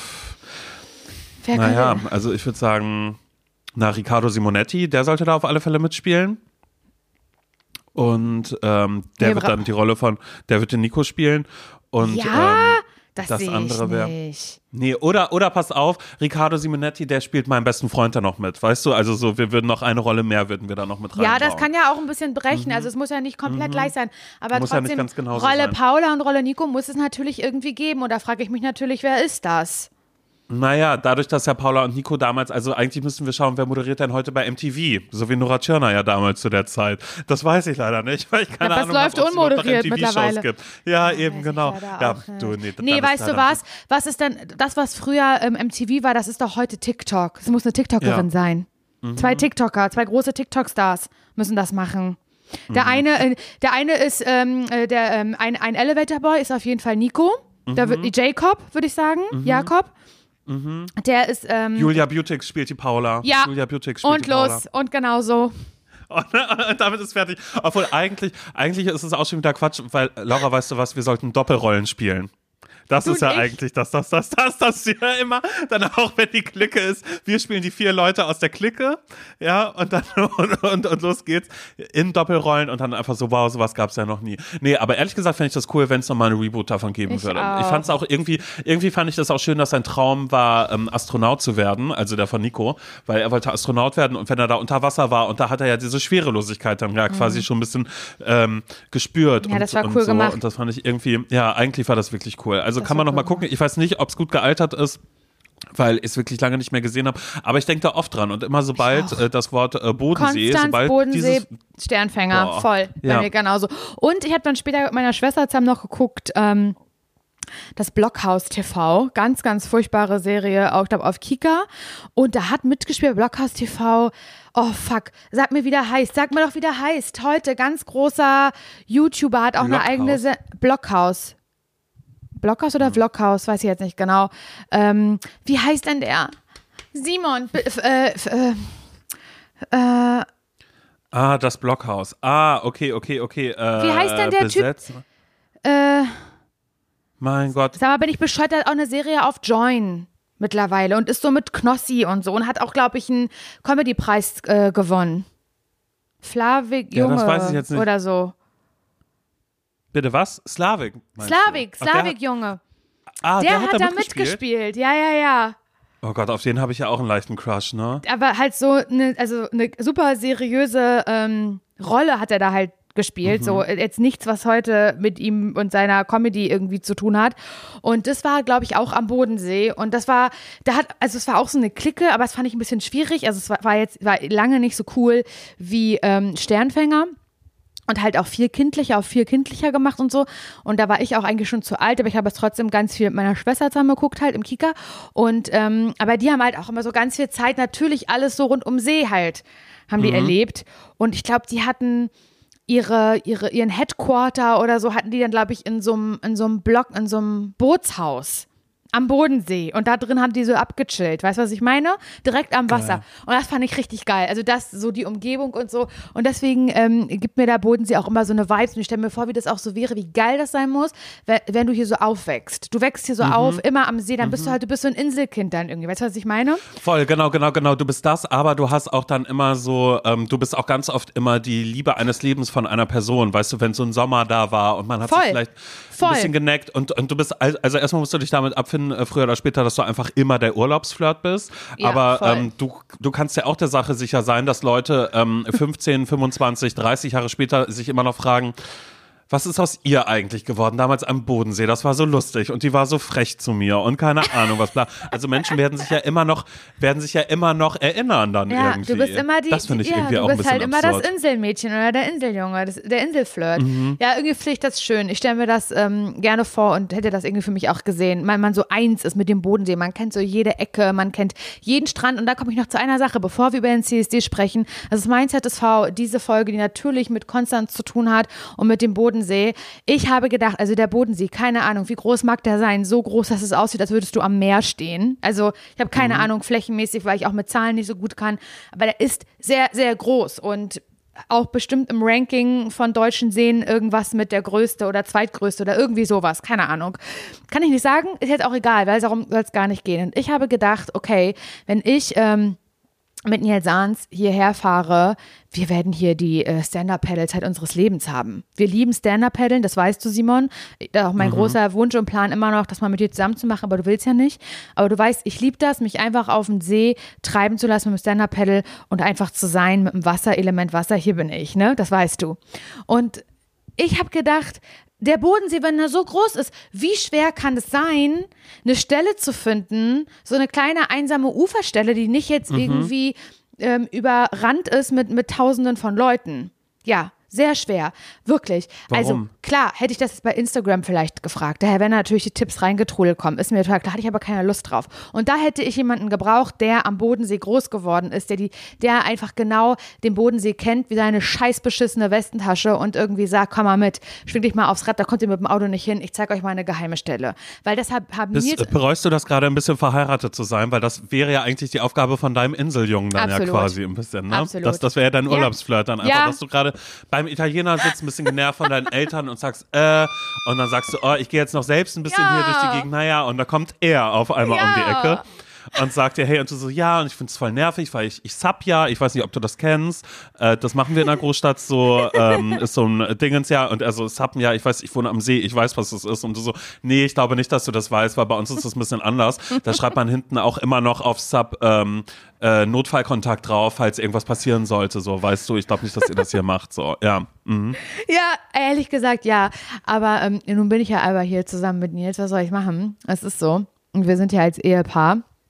Naja, also ich würde sagen, na, Riccardo Simonetti, der sollte da auf alle Fälle mitspielen. Und ähm, der nee, wird dann die Rolle von, der wird den Nico spielen. Und, ja, ähm, das, das sehe andere wäre. nicht. Nee, oder, oder pass auf, Riccardo Simonetti, der spielt meinen besten Freund da noch mit, weißt du? Also so, wir würden noch eine Rolle mehr, würden wir da noch mit reinbauen. Ja, das kann ja auch ein bisschen brechen, mhm. also es muss ja nicht komplett mhm. gleich sein, aber muss trotzdem, ja nicht ganz genauso Rolle sein. Paula und Rolle Nico muss es natürlich irgendwie geben und da frage ich mich natürlich, wer ist das? Naja, dadurch, dass ja Paula und Nico damals, also eigentlich müssten wir schauen, wer moderiert denn heute bei M T V, so wie Nora Tschirner ja damals zu der Zeit. Das weiß ich leider nicht, weil ich keine ja, Ahnung habe, ob es unmoderiert noch M T V-Shows gibt. Ja, ja eben, genau. Ja, du, nee, nee weißt du was? Was ist denn, das, was früher ähm, M T V war, das ist doch heute TikTok. Es muss eine TikTokerin ja. sein. Mhm. Zwei TikToker, zwei große TikTok-Stars müssen das machen. Der, mhm. eine, äh, der eine ist, ähm, der, ähm, ein, ein Elevator-Boy ist auf jeden Fall Nico. Mhm. Da wird, Jacob, würde ich sagen. Mhm. Jakob. Mhm. Der ist ähm, Julia Butix spielt die Paula. Ja. Julia Butix spielt und die Paula. los und genau so. Und, und damit ist fertig. Obwohl eigentlich, eigentlich ist es auch schon wieder Quatsch, weil Laura, weißt du was, wir sollten Doppelrollen spielen. Das du ist ja ich? eigentlich das, das, das, das, das hier immer. Dann auch, wenn die Clique ist, wir spielen die vier Leute aus der Clique, ja, und dann und, und, und los geht's in Doppelrollen und dann einfach so, wow, sowas gab's ja noch nie. Nee, aber ehrlich gesagt fände ich das cool, wenn es nochmal eine Reboot davon geben ich würde. Auch. Ich fand es auch irgendwie, irgendwie fand ich das auch schön, dass sein Traum war, ähm, Astronaut zu werden, also der von Nico, weil er wollte Astronaut werden und wenn er da unter Wasser war und da hat er ja diese Schwerelosigkeit dann ja quasi mhm. schon ein bisschen ähm, gespürt. Ja, und, das war und cool so. gemacht. Und das fand ich irgendwie, ja, eigentlich war das wirklich cool. Also das kann man noch cool mal gucken. Ich weiß nicht, ob es gut gealtert ist, weil ich es wirklich lange nicht mehr gesehen habe. Aber ich denke da oft dran. Und immer sobald äh, das Wort äh, Bodensee, Konstanz, sobald Bodensee, dieses Sternfänger, Boah. voll. Bei ja. mir genauso. Und ich habe dann später mit meiner Schwester zusammen noch geguckt, ähm, das Blockhaus T V, ganz, ganz furchtbare Serie, auch, ich glaube, auf Kika. Und da hat mitgespielt Blockhaus T V, oh fuck, sag mir, wie der heißt, sag mir doch, wie der heißt. Heute, ganz großer YouTuber, hat auch Blockhaus. eine eigene Se- Blockhaus. Blockhaus oder Vloghaus, weiß ich jetzt nicht genau. Ähm, wie heißt denn der? Simon, b- f- äh, f- äh, äh, Ah, das Blockhaus. Ah, okay, okay, okay. Äh, Wie heißt denn der besetzt. Typ? äh, Mein Gott. Sag mal, bin ich bescheuert, der hat auch eine Serie auf Join mittlerweile und ist so mit Knossi und so und hat auch, glaube ich, einen Comedy-Preis äh, gewonnen. Flavik Ja, Junge das weiß ich jetzt nicht. oder so. Bitte was? Slavik. meinst du? Slavik, Ach, der Slavik hat- Junge. Ah, Der, der, hat da mitgespielt. Ja, ja, ja. Oh Gott, auf den habe ich ja auch einen leichten Crush, ne? Aber halt so eine, also eine super seriöse ähm, Rolle hat er da halt gespielt. Mhm. So jetzt nichts, was heute mit ihm und seiner Comedy irgendwie zu tun hat. Und das war, glaube ich, auch am Bodensee. Und das war, da hat, also es war auch so eine Clique, aber es fand ich ein bisschen schwierig. Also es war, war jetzt war lange nicht so cool wie ähm, Sternfänger. Und halt auch viel kindlicher, auch viel kindlicher gemacht und so. Und da war ich auch eigentlich schon zu alt, aber ich habe es trotzdem ganz viel mit meiner Schwester zusammen geguckt, halt im Kika. Und ähm, aber die haben halt auch immer so ganz viel Zeit, natürlich alles so rund um See halt, haben die Mhm. erlebt. Und ich glaube, die hatten ihre, ihre, ihren Headquarter oder so, hatten die dann, glaube ich, in so einem in so einem Block, in so einem Bootshaus am Bodensee. Und da drin haben die so abgechillt. Weißt du, was ich meine? Direkt am Wasser. Geil. Und das fand ich richtig geil. Also das, so die Umgebung und so. Und deswegen ähm, gibt mir der Bodensee auch immer so eine Vibes. Und ich stelle mir vor, wie das auch so wäre, wie geil das sein muss, wenn, wenn du hier so aufwächst. Du wächst hier so Mhm. auf, immer am See. Dann bist du halt, du bist so ein Inselkind dann irgendwie. Weißt du, was ich meine? Voll, genau, genau, genau. Du bist das, aber du hast auch dann immer so, ähm, du bist auch ganz oft immer die Liebe eines Lebens von einer Person. Weißt du, wenn so ein Sommer da war und man hat Voll. sich vielleicht Voll. ein bisschen geneckt und, und du bist, al- also erstmal musst du dich damit abfinden, äh, früher oder später, dass du einfach immer der Urlaubsflirt bist. Ja, aber voll. ähm, du, du kannst ja auch der Sache sicher sein, dass Leute ähm, fünfzehn, fünfundzwanzig, dreißig Jahre später sich immer noch fragen, was ist aus ihr eigentlich geworden, damals am Bodensee? Das war so lustig und die war so frech zu mir und keine Ahnung was bla. Also Menschen werden sich ja immer noch, werden sich ja immer noch erinnern dann Ja, irgendwie. du bist immer die, das finde ich ja, irgendwie du auch ein bist bisschen halt immer absurd. das Inselmädchen oder der Inseljunge, das, der Inselflirt. Mhm. Ja, irgendwie finde ich das schön. Ich stelle mir das ähm, gerne vor und hätte das irgendwie für mich auch gesehen. Weil man so eins ist mit dem Bodensee. Man kennt so jede Ecke, man kennt jeden Strand. Und da komme ich noch zu einer Sache, bevor wir über den C S D sprechen. Also das Mindset S V, diese Folge, die natürlich mit Konstanz zu tun hat und mit dem Bodensee. Ich habe gedacht, also der Bodensee, keine Ahnung, wie groß mag der sein? So groß, dass es aussieht, als würdest du am Meer stehen. Also ich habe keine Mhm. Ahnung, flächenmäßig, weil ich auch mit Zahlen nicht so gut kann. Aber der ist sehr, sehr groß und auch bestimmt im Ranking von deutschen Seen irgendwas mit der größte oder zweitgrößte oder irgendwie sowas, keine Ahnung. Kann ich nicht sagen, ist jetzt auch egal, weil darum soll es gar nicht gehen. Und ich habe gedacht, okay, wenn ich ähm, mit Nils Ahns hierher fahre, wir werden hier die äh, Stand-Up-Paddle-Zeit unseres Lebens haben. Wir lieben Stand-Up-Paddeln, das weißt du, Simon. Auch mein Mhm. großer Wunsch und Plan immer noch, das mal mit dir zusammen zu machen, aber du willst ja nicht. Aber du weißt, ich liebe das, mich einfach auf den See treiben zu lassen mit dem Stand-Up-Paddle und einfach zu sein mit dem Wasserelement Wasser. Hier bin ich, ne? Das weißt du. Und ich habe gedacht, der Bodensee, wenn er so groß ist, wie schwer kann es sein, eine Stelle zu finden, so eine kleine einsame Uferstelle, die nicht jetzt Mhm. irgendwie ähm, überrannt ist mit, mit Tausenden von Leuten. Ja, sehr schwer, wirklich. Warum? Also klar, hätte ich das jetzt bei Instagram vielleicht gefragt, daher wären natürlich die Tipps reingetrudelt kommen, ist mir total klar, hatte ich aber keine Lust drauf. Und da hätte ich jemanden gebraucht, der am Bodensee groß geworden ist, der, die, der einfach genau den Bodensee kennt, wie seine scheiß beschissene Westentasche und irgendwie sagt, komm mal mit, schwing dich mal aufs Rad, da kommt ihr mit dem Auto nicht hin, ich zeige euch mal eine geheime Stelle. Weil deshalb haben Bist, Nils... bereust du das gerade ein bisschen verheiratet zu sein? Weil das wäre ja eigentlich die Aufgabe von deinem Inseljungen dann Absolut. ja quasi ein bisschen, ne? Absolut. Das, das wäre ja dein Ja. Urlaubsflirt dann einfach, Ja. dass du gerade beim Italiener sitzt, ein bisschen genervt von deinen Eltern und sagst, äh, und dann sagst du, oh, ich gehe jetzt noch selbst ein bisschen Ja. hier durch die Gegend, naja, und da kommt er auf einmal um die Ja. Ecke. Und sagt dir, hey, und du so, ja, und ich finde es voll nervig, weil ich, ich sub ja, ich weiß nicht, ob du das kennst, äh, das machen wir in der Großstadt so, ähm, ist so ein Dingens ja, und er so, subben ja, ich weiß, ich wohne am See, ich weiß, was das ist, und du so, nee, ich glaube nicht, dass du das weißt, weil bei uns ist das ein bisschen anders, da schreibt man hinten auch immer noch auf Sub, ähm, äh, Notfallkontakt drauf, falls irgendwas passieren sollte, so, weißt du, ich glaube nicht, dass ihr das hier macht, so, ja. Mhm. Ja, ehrlich gesagt, ja. Aber ähm, nun bin ich ja aber hier zusammen mit Nils, was soll ich machen? Es ist so. Und wir sind ja als Ehepaar.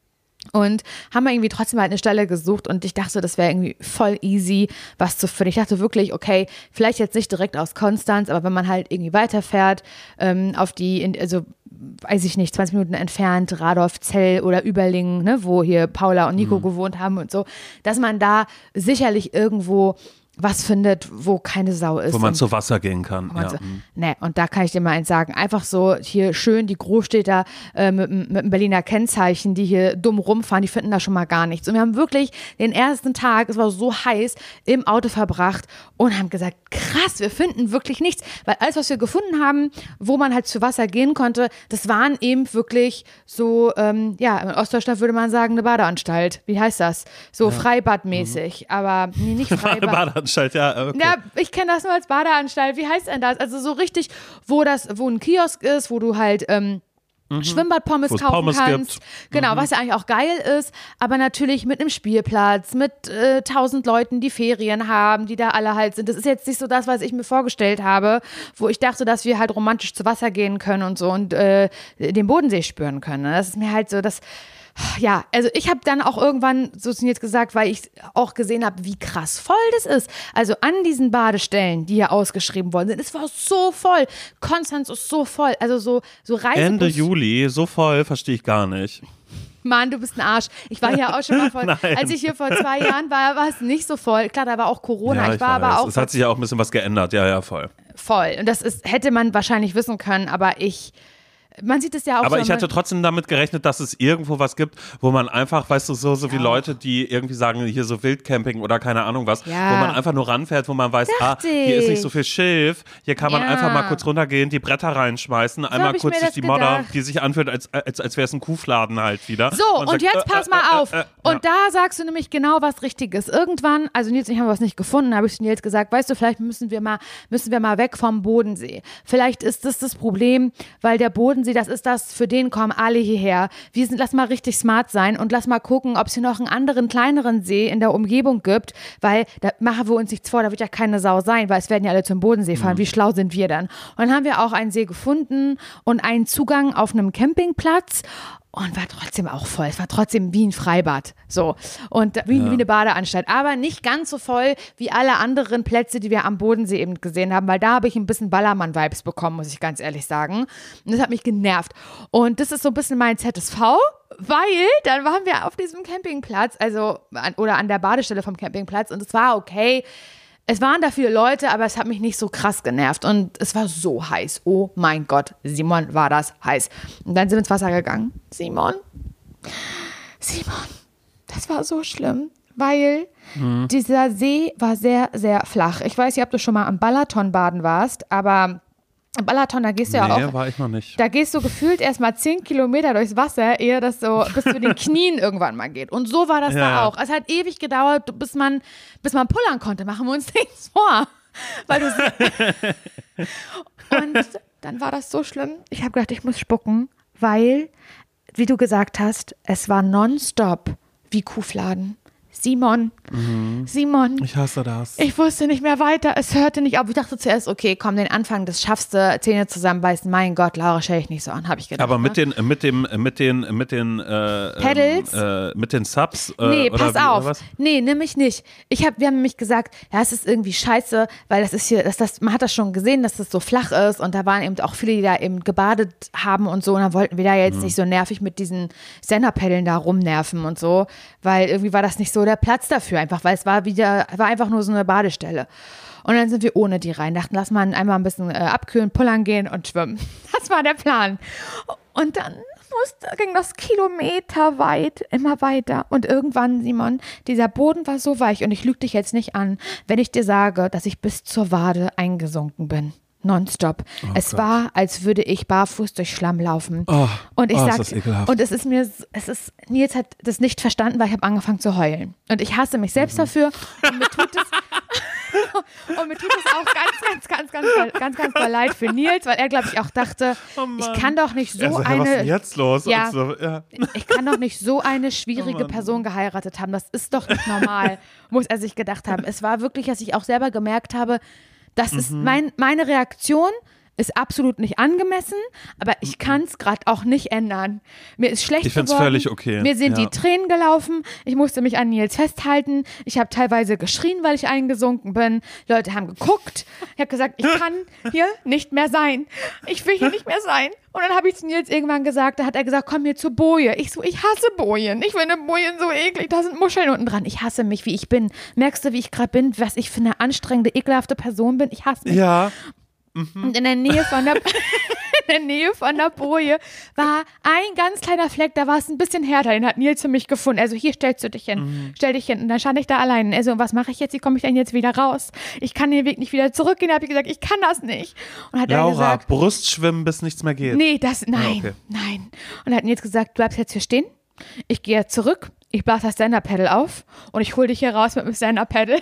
Und haben wir irgendwie trotzdem halt eine Stelle gesucht und ich dachte, das wäre irgendwie voll easy, was zu finden. Ich dachte wirklich, okay, vielleicht jetzt nicht direkt aus Konstanz, aber wenn man halt irgendwie weiterfährt, ähm, auf die, also weiß ich nicht, zwanzig Minuten entfernt, Radolf, Zell oder Überlingen, ne, wo hier Paula und Nico mhm. gewohnt haben und so, dass man da sicherlich irgendwo was findet, wo keine Sau ist. Wo man zu Wasser gehen kann. Ja. So, ne, und da kann ich dir mal eins sagen, einfach so hier schön die Großstädter äh, mit, mit einem Berliner Kennzeichen, die hier dumm rumfahren, die finden da schon mal gar nichts. Und wir haben wirklich den ersten Tag, es war so heiß, im Auto verbracht und haben gesagt, krass, wir finden wirklich nichts. Weil alles, was wir gefunden haben, wo man halt zu Wasser gehen konnte, das waren eben wirklich so, ähm, ja, in Ostdeutschland würde man sagen, eine Badeanstalt. Wie heißt das? So ja. Freibadmäßig, mhm. aber nee, nicht Freibad. Badeanstalt, ja, okay. Ja, ich kenne das nur als Badeanstalt. Wie heißt denn das? Also so richtig, wo das, wo ein Kiosk ist, wo du halt ähm, mhm. Schwimmbadpommes kaufen Pommes kannst. Gibt. Genau, mhm. was ja eigentlich auch geil ist, aber natürlich mit einem Spielplatz, mit äh, tausend Leuten, die Ferien haben, die da alle halt sind. Das ist jetzt nicht so das, was ich mir vorgestellt habe, wo ich dachte, dass wir halt romantisch zu Wasser gehen können und so und äh, den Bodensee spüren können. Das ist mir halt so, das ja, also ich habe dann auch irgendwann so jetzt gesagt, weil ich auch gesehen habe, wie krass voll das ist. Also an diesen Badestellen, die hier ausgeschrieben worden sind, es war so voll. Konstanz ist so voll. Also so, so Reisebus. Ende Juli, so voll, verstehe ich gar nicht. Mann, du bist ein Arsch. Ich war hier auch schon mal voll. Als ich hier vor zwei Jahren war, war es nicht so voll. Klar, da war auch Corona. Ja, ich, ich war weiß. aber auch. Es hat sich ja auch ein bisschen was geändert. Ja, ja, voll. Voll. Und das ist, hätte man wahrscheinlich wissen können, aber ich. Man sieht es ja auch Aber so, ich hatte trotzdem damit gerechnet, dass es irgendwo was gibt, wo man einfach, weißt du, so, so wie ja. Leute, die irgendwie sagen, hier so Wildcamping oder keine Ahnung was, ja. wo man einfach nur ranfährt, wo man weiß, ah, hier ist nicht so viel Schilf, hier kann man ja. einfach mal kurz runtergehen, die Bretter reinschmeißen, so einmal kurz durch die gedacht. Modder, die sich anfühlt, als, als, als wäre es ein Kuhfladen halt wieder. So, und, und sagt, jetzt äh, pass mal äh, auf. Äh, äh, und ja. da sagst du nämlich genau was Richtiges. Irgendwann, also Nils und ich haben was nicht gefunden, habe ich zu Nils gesagt, weißt du, vielleicht müssen wir mal, müssen wir mal weg vom Bodensee. Vielleicht ist das das Problem, weil der Bodensee, das ist das, für den kommen alle hierher. Wir sind, lass mal richtig smart sein und lass mal gucken, ob es hier noch einen anderen, kleineren See in der Umgebung gibt, weil da machen wir uns nichts vor, da wird ja keine Sau sein, weil es werden ja alle zum Bodensee fahren. Mhm. Wie schlau sind wir dann? Und dann haben wir auch einen See gefunden und einen Zugang auf einem Campingplatz. Und war trotzdem auch voll. Es war trotzdem wie ein Freibad. So. Und wie, ja. wie eine Badeanstalt. Aber nicht ganz so voll wie alle anderen Plätze, die wir am Bodensee eben gesehen haben, weil da habe ich ein bisschen Ballermann-Vibes bekommen, muss ich ganz ehrlich sagen. Und das hat mich genervt. Und das ist so ein bisschen mein Z S V, weil dann waren wir auf diesem Campingplatz, also an, oder an der Badestelle vom Campingplatz und es war okay. Es waren da viele Leute, aber es hat mich nicht so krass genervt und es war so heiß. Oh mein Gott, Simon, war das heiß. Und dann sind wir ins Wasser gegangen. Simon, Simon, das war so schlimm, weil mhm. dieser See war sehr, sehr flach. Ich weiß nicht, ob du schon mal am Balaton baden warst, aber am Balaton, da gehst du nee, ja auch. war ich noch nicht. Da gehst du gefühlt erstmal zehn Kilometer durchs Wasser, ehe das so bis zu den Knien irgendwann mal geht. Und so war das ja. da auch. Es hat ewig gedauert, bis man, bis man pullern konnte. Machen wir uns nichts vor. Weil du Und dann war das so schlimm. Ich habe gedacht, ich muss spucken, weil, wie du gesagt hast, es war nonstop wie Kuhfladen. Simon, mhm. Simon. Ich hasse das. Ich wusste nicht mehr weiter. Es hörte nicht auf. Ich dachte zuerst, okay, komm, den Anfang, das schaffst du, Zähne zusammenbeißen. Mein Gott, Laura, stell ich nicht so an, habe ich gedacht. Aber mit ne? den, mit dem, mit den, mit den, äh, Pedals? Äh, mit den Subs? Äh, nee, oder pass wie, auf. Oder was? Nee, nämlich nicht. Ich hab, wir haben nämlich gesagt, ja, es ist irgendwie scheiße, weil das ist hier, das, das, man hat das schon gesehen, dass das so flach ist und da waren eben auch viele, die da eben gebadet haben und so und dann wollten wir da jetzt mhm. nicht so nervig mit diesen Stand-Up-Paddeln da rumnerven und so, weil irgendwie war das nicht so der Platz dafür, einfach, weil es war wieder, war einfach nur so eine Badestelle. Und dann sind wir ohne die rein, dachten, lass mal einmal ein bisschen äh, abkühlen, pullern gehen und schwimmen. Das war der Plan. Und dann musste, ging das kilometerweit immer weiter. Und irgendwann, Simon, dieser Boden war so weich und ich lüge dich jetzt nicht an, wenn ich dir sage, dass ich bis zur Wade eingesunken bin. Nonstop. Oh es Gott. War, als würde ich barfuß durch Schlamm laufen. Oh, und ich oh, sag, ist das ekelhaft. und es ist mir, es ist, Nils hat das nicht verstanden, weil ich habe angefangen zu heulen. Und ich hasse mich selbst mhm. dafür. Und mir tut es, und mir tut es auch ganz, ganz, ganz, ganz, ganz, ganz, ganz doll leid für Nils, weil er, glaube ich, auch dachte, oh ich kann doch nicht so also, eine, was ist denn jetzt los? Ja, so, ja. ich kann doch nicht so eine schwierige oh Person geheiratet haben. Das ist doch nicht normal, muss er sich gedacht haben. Es war wirklich, dass ich auch selber gemerkt habe, das mhm. ist mein, meine Reaktion ist absolut nicht angemessen, aber ich kann es gerade auch nicht ändern. Mir ist schlecht Ich find's geworden. völlig okay. Mir sind Ja. die Tränen gelaufen. Ich musste mich an Nils festhalten. Ich habe teilweise geschrien, weil ich eingesunken bin. Leute haben geguckt. Ich habe gesagt, ich kann hier nicht mehr sein. Ich will hier nicht mehr sein. Und dann habe ich zu Nils irgendwann gesagt, da hat er gesagt, komm hier zur Boje. Ich so, ich hasse Bojen. Ich finde Bojen so eklig. Da sind Muscheln unten dran. Ich hasse mich, wie ich bin. Merkst du, wie ich gerade bin? Was ich für eine anstrengende, ekelhafte Person bin? Ich hasse mich. Ja. Und in der Nähe von der, in der Nähe von der Boje war ein ganz kleiner Fleck, da war es ein bisschen härter, den hat Nils für mich gefunden. Also hier stellst du dich hin, mhm. stell dich hin. Und dann stand ich da allein. Also was mache ich jetzt, wie komme ich denn jetzt wieder raus? Ich kann den Weg nicht wieder zurückgehen. Da habe ich gesagt, ich kann das nicht. Und hat Laura, er gesagt, Brustschwimmen, bis nichts mehr geht. Nee, das, nein, ja, okay. nein. Und er hat Nils gesagt, du bleibst jetzt hier stehen. Ich gehe jetzt zurück, ich blase das Stand-Up-Paddle auf und ich hole dich hier raus mit dem Stand-Up-Paddle.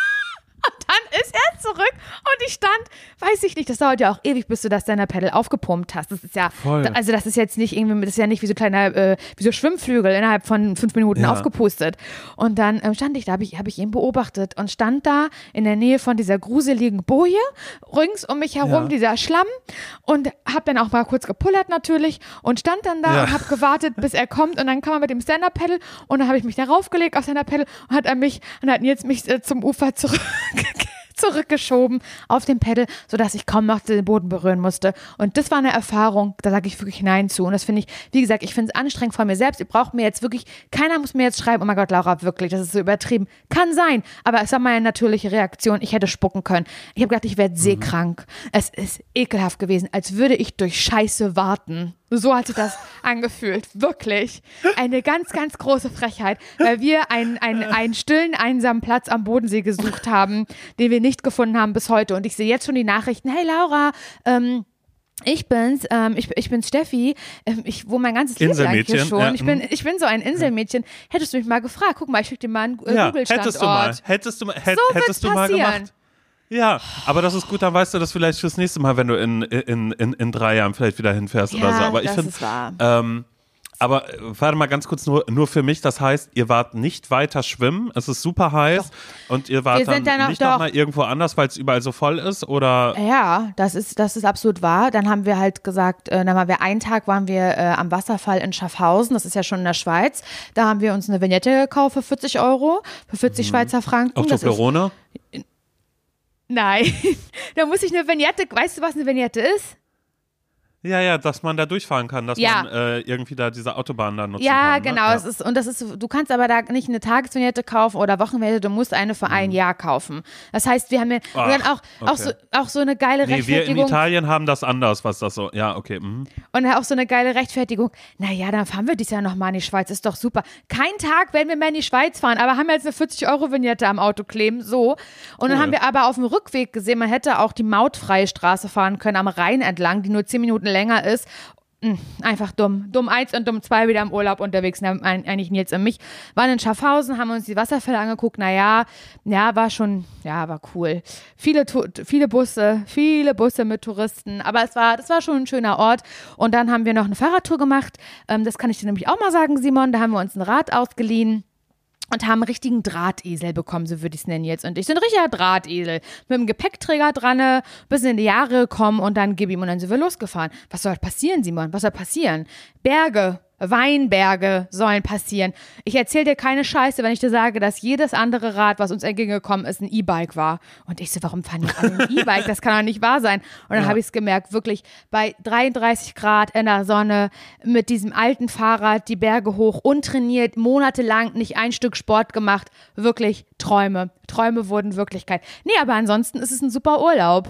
Und dann ist er zurück und ich stand, weiß ich nicht, das dauert ja auch ewig, bis du das Stand-Up-Paddle aufgepumpt hast. Das ist ja, Voll. also das ist jetzt nicht irgendwie, das ist ja nicht wie so kleiner, äh, wie so Schwimmflügel innerhalb von fünf Minuten ja. aufgepustet. Und dann ähm, stand ich da, habe ich, hab ich ihn beobachtet und stand da in der Nähe von dieser gruseligen Boje, rings um mich herum ja. dieser Schlamm und habe dann auch mal kurz gepullert natürlich und stand dann da ja. und habe gewartet, bis er kommt und dann kam er mit dem Stand-Up-Paddle und dann habe ich mich darauf gelegt auf Stand-Up-Paddle und hat er mich, und hat jetzt mich äh, zum Ufer zurück zurückgeschoben auf den Pedal, sodass ich kaum noch den Boden berühren musste. Und das war eine Erfahrung, da sage ich wirklich Nein zu. Und das finde ich, wie gesagt, ich finde es anstrengend von mir selbst. Ihr braucht mir jetzt wirklich, keiner muss mir jetzt schreiben, oh mein Gott, Laura, wirklich, das ist so übertrieben. Kann sein, aber es war meine natürliche Reaktion. Ich hätte spucken können. Ich habe gedacht, ich werde seekrank. Es ist ekelhaft gewesen, als würde ich durch Scheiße warten. So hat sich das angefühlt. Wirklich. Eine ganz, ganz große Frechheit, weil wir einen, einen, einen stillen, einsamen Platz am Bodensee gesucht haben, den wir nicht gefunden haben bis heute. Und ich sehe jetzt schon die Nachrichten, hey Laura, ähm, ich bin's, ähm, ich, ich bin's Steffi, ähm, ich wohne mein ganzes Leben lang hier schon. Ja. Ich bin, ich bin so ein Inselmädchen. Hättest du mich mal gefragt, guck mal, ich schicke dir mal einen äh, ja, Google-Standort. hättest du mal, hättest du mal, hätt, so hättest du mal passieren. gemacht. Ja, aber das ist gut, dann weißt du das vielleicht fürs nächste Mal, wenn du in, in, in, in drei Jahren vielleicht wieder hinfährst Ja, oder so. Aber ich das finde, ist wahr. ähm, aber warte mal ganz kurz, nur, nur für mich, das heißt, ihr wart nicht weiter schwimmen, es ist super heiß doch. Und ihr wart Wir dann, sind dann noch, nicht doch. nochmal irgendwo anders, weil es überall so voll ist, oder? Ja, das ist, das ist absolut wahr. Dann haben wir halt gesagt, äh, dann waren wir einen Tag, waren wir äh, am Wasserfall in Schaffhausen, das ist ja schon in der Schweiz. Da haben wir uns eine Vignette gekauft für vierzig Euro, für vierzig mhm. Schweizer Franken. Auf Toblerone? Nein, da muss ich eine Vignette, weißt du, was eine Vignette ist? Ja, ja, dass man da durchfahren kann, dass ja. man äh, irgendwie da diese Autobahn da nutzen ja, kann. Genau, Ne? Ja, es ist, und das ist, du kannst aber da nicht eine Tagesvignette kaufen oder Wochenvignette, du musst eine für ein Jahr kaufen. Das heißt, wir haben ja Ach, dann auch, okay. auch, so, auch so eine geile nee, Rechtfertigung. wir in Italien haben das anders, was das so, ja, okay. Mhm. Und auch so eine geile Rechtfertigung. Naja, dann fahren wir dieses Jahr nochmal in die Schweiz, ist doch super. Kein Tag werden wir mehr in die Schweiz fahren, aber haben jetzt eine vierzig Euro Vignette am Auto kleben, so. Und dann Cool. haben wir aber auf dem Rückweg gesehen, man hätte auch die mautfreie Straße fahren können am Rhein entlang, die nur zehn Minuten länger ist. Einfach dumm. Dumm eins und dumm zwei wieder im Urlaub unterwegs. Eigentlich Nils und mich waren in Schaffhausen, haben uns die Wasserfälle angeguckt. Naja, ja, war schon, ja, war cool. Viele, viele Busse, viele Busse mit Touristen. Aber es war, das war schon ein schöner Ort. Und dann haben wir noch eine Fahrradtour gemacht. Das kann ich dir nämlich auch mal sagen, Simon. Da haben wir uns ein Rad ausgeliehen. Und haben einen richtigen Drahtesel bekommen, so würde ich es nennen jetzt. Und ich bin ein richtiger Drahtesel. Mit einem Gepäckträger dran, bis in die Jahre gekommen und dann gib ihm und dann sind wir losgefahren. Was soll passieren, Simon? Was soll passieren? Berge, Weinberge sollen passieren. Ich erzähle dir keine Scheiße, wenn ich dir sage, dass jedes andere Rad, was uns entgegengekommen ist, ein E-Bike war. Und ich so, warum fahren die alle ein E-Bike? Das kann doch nicht wahr sein. Und dann ja. habe ich es gemerkt, wirklich bei dreiunddreißig Grad in der Sonne mit diesem alten Fahrrad die Berge hoch, untrainiert, monatelang nicht ein Stück Sport gemacht. Wirklich Träume. Träume wurden Wirklichkeit. Nee, aber ansonsten ist es ein super Urlaub.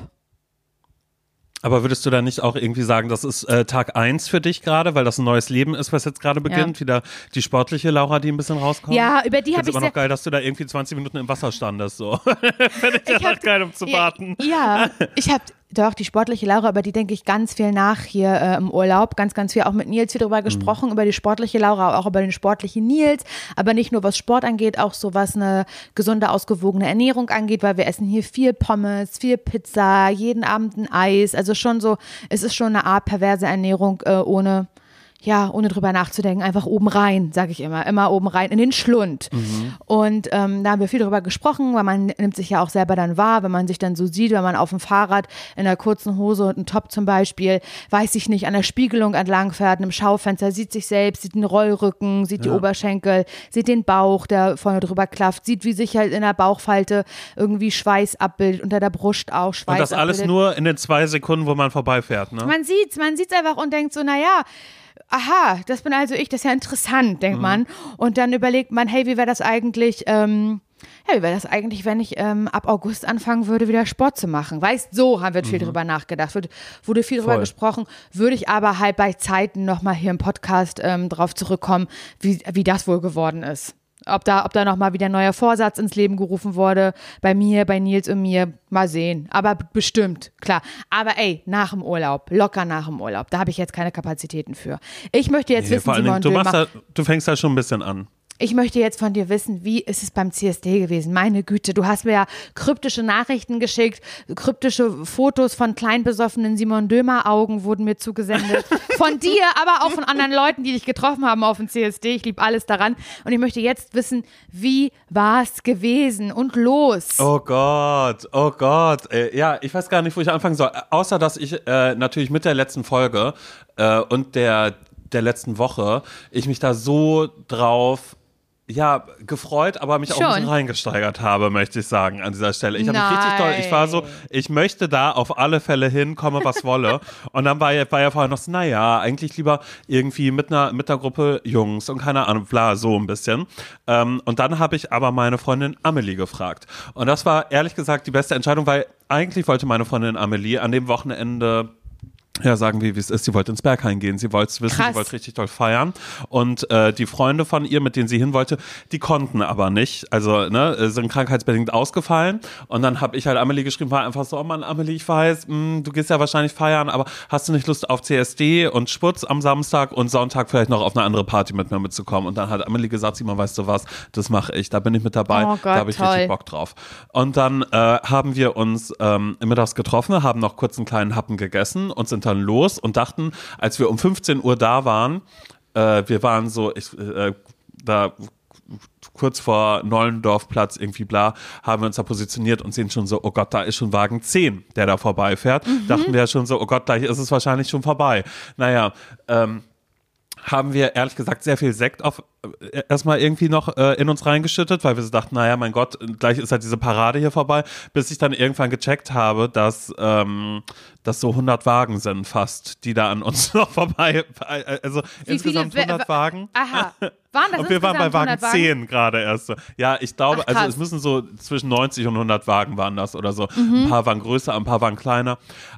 Aber würdest du da nicht auch irgendwie sagen, das ist äh, Tag eins für dich gerade, weil das ein neues Leben ist, was jetzt gerade beginnt? Ja. Wieder die sportliche Laura, die ein bisschen rauskommt? Ja, über die habe ich immer noch geil, dass du da irgendwie zwanzig Minuten im Wasser standest. So. Finde ich, ich hab, geil, um zu warten. Ja, ich habe doch die sportliche Laura, über die denke ich ganz viel nach hier äh, im Urlaub. Ganz, ganz viel auch mit Nils hier drüber gesprochen, mhm. über die sportliche Laura, auch über den sportlichen Nils. Aber nicht nur was Sport angeht, auch so was eine gesunde, ausgewogene Ernährung angeht, weil wir essen hier viel Pommes, viel Pizza, jeden Abend ein Eis. Also schon so, es ist schon eine Art perverse Ernährung äh, ohne, ja, ohne drüber nachzudenken, einfach oben rein, sage ich immer, immer oben rein, in den Schlund. Mhm. Und ähm, da haben wir viel drüber gesprochen, weil man nimmt sich ja auch selber dann wahr, wenn man sich dann so sieht, wenn man auf dem Fahrrad in einer kurzen Hose und einem Top zum Beispiel, weiß ich nicht, an der Spiegelung entlang fährt, im Schaufenster, sieht sich selbst, sieht den Rollrücken, sieht ja. die Oberschenkel, sieht den Bauch, der vorne drüber klafft, sieht, wie sich halt in der Bauchfalte irgendwie Schweiß abbildet, unter der Brust auch Schweiß abbildet. Und das alles abbildet. nur in den zwei Sekunden, wo man vorbeifährt, ne? Man sieht's, man sieht's einfach und denkt so, naja, aha, das bin also ich, das ist ja interessant, denkt mhm. man. Und dann überlegt man, hey, wie wäre das eigentlich, ähm, ja, wie wäre das eigentlich, wenn ich ähm, ab August anfangen würde, wieder Sport zu machen? Weißt, so haben wir viel mhm. drüber nachgedacht, wird, wurde viel drüber Voll. gesprochen, würde ich aber halt bei Zeiten nochmal hier im Podcast ähm, drauf zurückkommen, wie, wie das wohl geworden ist. Ob da, ob da nochmal wieder ein neuer Vorsatz ins Leben gerufen wurde, bei mir, bei Nils und mir, mal sehen. Aber bestimmt, klar. Aber ey, nach dem Urlaub, locker nach dem Urlaub, da habe ich jetzt keine Kapazitäten für. Ich möchte jetzt nee, wissen, vor allen Dingen, Simon du, machst Dömer, da, du fängst da schon ein bisschen an. Ich möchte jetzt von dir wissen, wie ist es beim C S D gewesen? Meine Güte, du hast mir ja kryptische Nachrichten geschickt, kryptische Fotos von kleinbesoffenen Simon Dömer Augen wurden mir zugesendet. Von dir, aber auch von anderen Leuten, die dich getroffen haben auf dem C S D. Ich liebe alles daran. Und ich möchte jetzt wissen, wie war es gewesen? Und los. Oh Gott, oh Gott. Äh, ja, ich weiß gar nicht, wo ich anfangen soll. Außer, dass ich äh, natürlich mit der letzten Folge äh, und der, der letzten Woche, ich mich da so drauf ja, gefreut, aber mich Schon. auch ein bisschen reingesteigert habe, möchte ich sagen, an dieser Stelle. Ich habe mich richtig toll, ich war so, ich möchte da auf alle Fälle hin, komme was wolle. Und dann war ja, war ja vorher noch so, naja, eigentlich lieber irgendwie mit einer, mit einer Gruppe Jungs und keine Ahnung, bla, so ein bisschen. Ähm, und dann habe ich aber meine Freundin Amelie gefragt. Und das war ehrlich gesagt die beste Entscheidung, weil eigentlich wollte meine Freundin Amelie an dem Wochenende ja, sagen wir, wie es ist. Sie wollte ins Berghain gehen. Sie wollte es wissen. Krass. Sie wollte richtig toll feiern. Und äh, die Freunde von ihr, mit denen sie hin wollte, die konnten aber nicht. Also, ne, sind krankheitsbedingt ausgefallen. Und dann habe ich halt Amelie geschrieben, war einfach so, oh Mann, Amelie, ich weiß, mh, du gehst ja wahrscheinlich feiern, aber hast du nicht Lust auf C S D und Sputz am Samstag und Sonntag vielleicht noch auf eine andere Party mit mir mitzukommen? Und dann hat Amelie gesagt, Simon, weißt du was, das mache ich. Da bin ich mit dabei. Oh Gott, da habe ich toll. richtig Bock drauf. Und dann äh, haben wir uns ähm, mittags getroffen, haben noch kurz einen kleinen Happen gegessen und sind dann los und dachten, als wir um fünfzehn Uhr da waren, äh, wir waren so, ich, äh, da kurz vor Nollendorfplatz irgendwie bla, haben wir uns da positioniert und sehen schon so, oh Gott, da ist schon Wagen zehn, der da vorbeifährt. Mhm. Dachten wir schon so, oh Gott, da ist es wahrscheinlich schon vorbei. Naja, ähm, haben wir ehrlich gesagt sehr viel Sekt auf äh, erstmal irgendwie noch äh, in uns reingeschüttet, weil wir so dachten, naja, mein Gott, gleich ist halt diese Parade hier vorbei, bis ich dann irgendwann gecheckt habe, dass ähm, das so hundert Wagen sind fast, die da an uns noch vorbei, also Wie insgesamt viele, hundert Wagen. Aha, waren das und wir waren bei Wagen zehn gerade erst so. Ja, ich glaube, Ach, also es müssen so zwischen neunzig und hundert Wagen waren das oder so. Mhm. Ein paar waren größer, ein paar waren kleiner.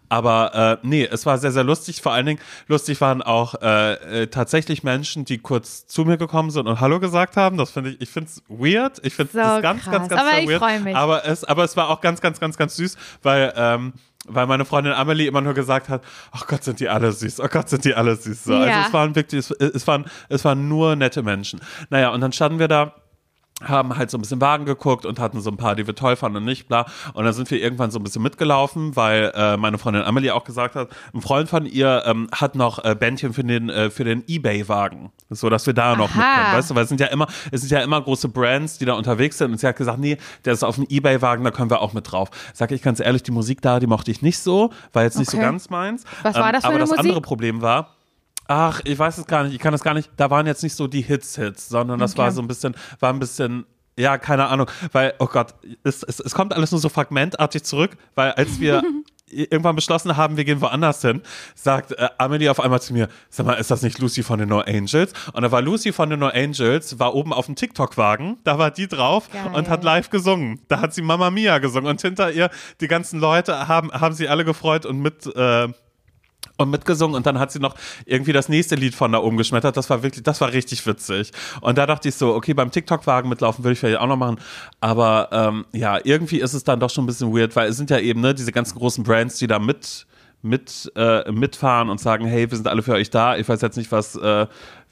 Aber äh, nee, es war sehr, sehr lustig. Vor allen Dingen lustig waren auch äh, äh, tatsächlich Menschen, die kurz zu mir gekommen sind und Hallo gesagt haben. Das finde ich, ich finde es weird. Ich finde es So ganz, krass. ganz, ganz, aber sehr ich weird. freue mich. Aber es, aber es war auch ganz, ganz, ganz, ganz süß, weil ähm, weil meine Freundin Amelie immer nur gesagt hat, ach Gott, sind die alle süß, oh Gott, sind die alle süß. So. Ja. Also es waren wirklich, es, es, waren, es waren nur nette Menschen. Naja, und dann standen wir da, haben halt so ein bisschen Wagen geguckt und hatten so ein paar, die wir toll fanden und nicht, bla. Und dann sind wir irgendwann so ein bisschen mitgelaufen, weil äh, meine Freundin Amelie auch gesagt hat, ein Freund von ihr ähm, hat noch äh, Bändchen für den, äh, für den eBay-Wagen, so dass wir da noch Aha. mit können, weißt du, weil es sind ja immer, es sind ja immer große Brands, die da unterwegs sind und sie hat gesagt, nee, der ist auf dem eBay-Wagen, da können wir auch mit drauf. Sag ich ganz ehrlich, die Musik da, die mochte ich nicht so, war jetzt nicht Okay. so ganz meins. Was war das für aber eine das Musik? andere Problem war, ach, ich weiß es gar nicht, ich kann das gar nicht, da waren jetzt nicht so die Hits-Hits, sondern das Okay. war so ein bisschen, war ein bisschen, ja, keine Ahnung, weil, oh Gott, es, es, es kommt alles nur so fragmentartig zurück, weil als wir irgendwann beschlossen haben, wir gehen woanders hin, sagt äh, Amelie auf einmal zu mir, sag mal, ist das nicht Lucy von den No Angels? Und da war Lucy von den No Angels, war oben auf dem TikTok-Wagen, da war die drauf Geil. und hat live gesungen. Da hat sie Mamma Mia gesungen und hinter ihr, die ganzen Leute haben, haben sie alle gefreut und mit, äh, und mitgesungen und dann hat sie noch irgendwie das nächste Lied von da oben geschmettert. Das war wirklich, das war richtig witzig. Und da dachte ich so, okay, beim TikTok-Wagen mitlaufen würde ich vielleicht auch noch machen. Aber ähm, ja, irgendwie ist es dann doch schon ein bisschen weird, weil es sind ja eben ne, diese ganzen großen Brands, die da mit, mit äh, mitfahren und sagen, hey, wir sind alle für euch da. Ich weiß jetzt nicht, was, äh,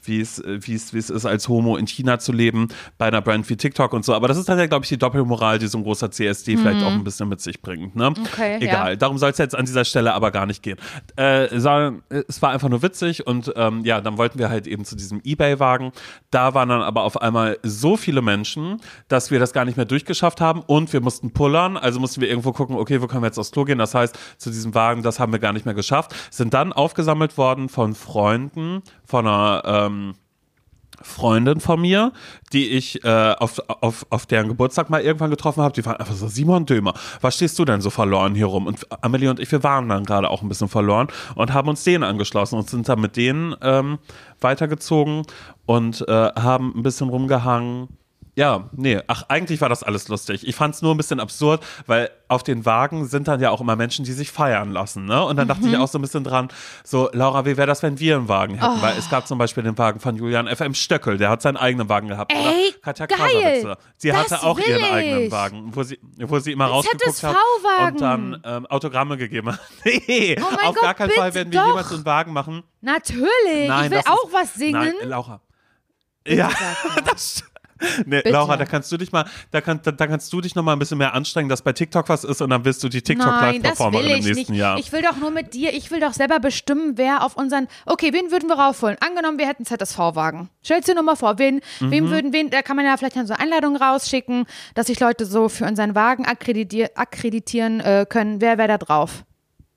wie es, wie es, wie es ist, als Homo in China zu leben, bei einer Brand wie TikTok und so. Aber das ist dann ja, glaube ich, die Doppelmoral, die so ein großer C S D mhm. vielleicht auch ein bisschen mit sich bringt. Ne? Okay, egal, ja. darum soll es jetzt an dieser Stelle aber gar nicht gehen. Äh, sondern es war einfach nur witzig und ähm, ja, dann wollten wir halt eben zu diesem eBay-Wagen. Da waren dann aber auf einmal so viele Menschen, dass wir das gar nicht mehr durchgeschafft haben und wir mussten pullern, also mussten wir irgendwo gucken, okay, wo können wir jetzt aufs Klo gehen? Das heißt, zu diesem Wagen, das haben wir gar nicht mehr geschafft. Sind dann aufgesammelt worden von Freunden, von einer ähm, Freundin von mir, die ich äh, auf, auf, auf deren Geburtstag mal irgendwann getroffen habe, die waren einfach so, Simon Dömer, was stehst du denn so verloren hier rum? Und Amelie und ich, wir waren dann gerade auch ein bisschen verloren und haben uns denen angeschlossen und sind dann mit denen ähm, weitergezogen und äh, haben ein bisschen rumgehangen. Ja, nee, ach, eigentlich war das alles lustig. Ich fand es nur ein bisschen absurd, weil auf den Wagen sind dann ja auch immer Menschen, die sich feiern lassen, ne? Und dann mhm. dachte ich auch so ein bisschen dran, so, Laura, wie wäre das, wenn wir einen Wagen hätten? Oh. Weil es gab zum Beispiel den Wagen von Julian F M Stöckel, der hat seinen eigenen Wagen gehabt. Ey, oder Katja geil, Sie das hatte auch ihren ich. eigenen Wagen, wo sie, wo sie immer ein rausgeguckt hat und dann ähm, Autogramme gegeben hat. Nee, oh auf Gott, gar keinen Fall werden wir doch. jemals so einen Wagen machen. Natürlich, Nein, ich will das auch ist, was singen. Nein, Laura. Ja, das Nee, Bitte. Laura, da kannst du dich mal, da, kann, da, da kannst du dich noch mal ein bisschen mehr anstrengen, dass bei TikTok was ist und dann wirst du die TikTok-Live-Performerin im nächsten nicht. Jahr. Ich will doch nur mit dir, ich will doch selber bestimmen, wer auf unseren, okay, wen würden wir raufholen? Angenommen, wir hätten Z S V-Wagen. Stellst dir nur mal vor, wen, mhm. wem würden, wen, da kann man ja vielleicht dann so Einladungen rausschicken, dass sich Leute so für unseren Wagen akkreditier, akkreditieren äh, können. Wer wäre da drauf?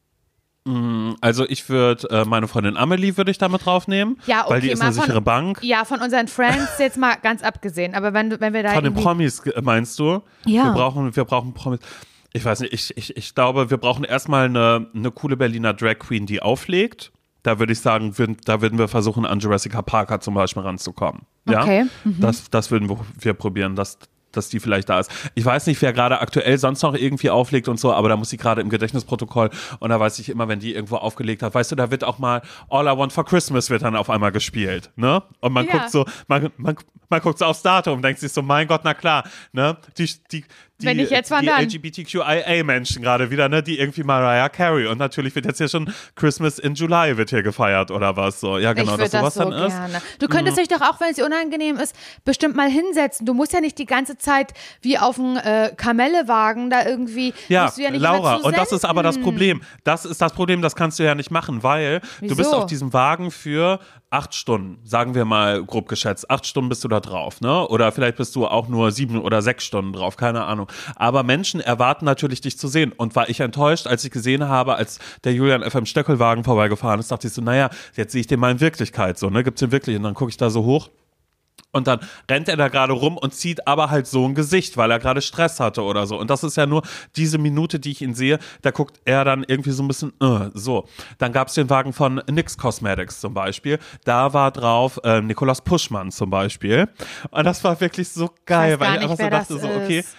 Also ich würde, äh, meine Freundin Amelie würde ich damit draufnehmen, ja, okay, weil die ist eine von, sichere Bank. Ja, von unseren Friends jetzt mal ganz abgesehen, aber wenn, wenn wir da Von den Promis meinst du? Ja. Wir brauchen, wir brauchen Promis. Ich weiß nicht, ich, ich, ich glaube, wir brauchen erstmal eine, eine coole Berliner Drag Queen, die auflegt. Da würde ich sagen, würden, da würden wir versuchen, an Jurassica Parker zum Beispiel ranzukommen. Ja? Okay. Mhm. Das, das würden wir, wir probieren, das dass die vielleicht da ist. Ich weiß nicht, wer gerade aktuell sonst noch irgendwie auflegt und so, aber da muss sie gerade im Gedächtnisprotokoll und da weiß ich immer, wenn die irgendwo aufgelegt hat, weißt du, da wird auch mal All I Want for Christmas wird dann auf einmal gespielt, ne? Und man ja. guckt so, man, man, man guckt so aufs Datum und denkt sich so, mein Gott, na klar, ne? Die, die, die, wenn ich jetzt, wann die dann? L G B T Q I A-Menschen gerade wieder, ne? Die irgendwie Mariah Carey und natürlich wird jetzt hier schon Christmas in July wird hier gefeiert oder was so. Ja, genau, dass sowas das so dann gerne. ist. Du könntest Mhm. dich doch auch, wenn es dir unangenehm ist, bestimmt mal hinsetzen. Du musst ja nicht die ganze Zeit wie auf dem äh, Kamellewagen da irgendwie. Ja, musst du ja nicht Laura, immer zu und das ist aber das senden. Problem. Das ist das Problem, das kannst du ja nicht machen, weil Wieso? du bist auf diesem Wagen für acht Stunden, sagen wir mal grob geschätzt. Acht Stunden bist du da drauf, ne? Oder vielleicht bist du auch nur sieben oder sechs Stunden drauf, keine Ahnung. Aber Menschen erwarten natürlich, dich zu sehen. Und war ich enttäuscht, als ich gesehen habe, als der Julian F M Stöckelwagen vorbeigefahren ist, dachte ich so, naja, jetzt sehe ich den mal in Wirklichkeit so, ne? Gibt's den wirklich? Und dann gucke ich da so hoch. Und dann rennt er da gerade rum und zieht aber halt so ein Gesicht, weil er gerade Stress hatte oder so. Und das ist ja nur diese Minute, die ich ihn sehe, da guckt er dann irgendwie so ein bisschen, äh, so. Dann gab es den Wagen von N Y X Cosmetics zum Beispiel. Da war drauf äh, Nikolaus Puschmann zum Beispiel. Und das war wirklich so geil, ich weiß weil gar ich nicht, einfach so dachte, so, okay,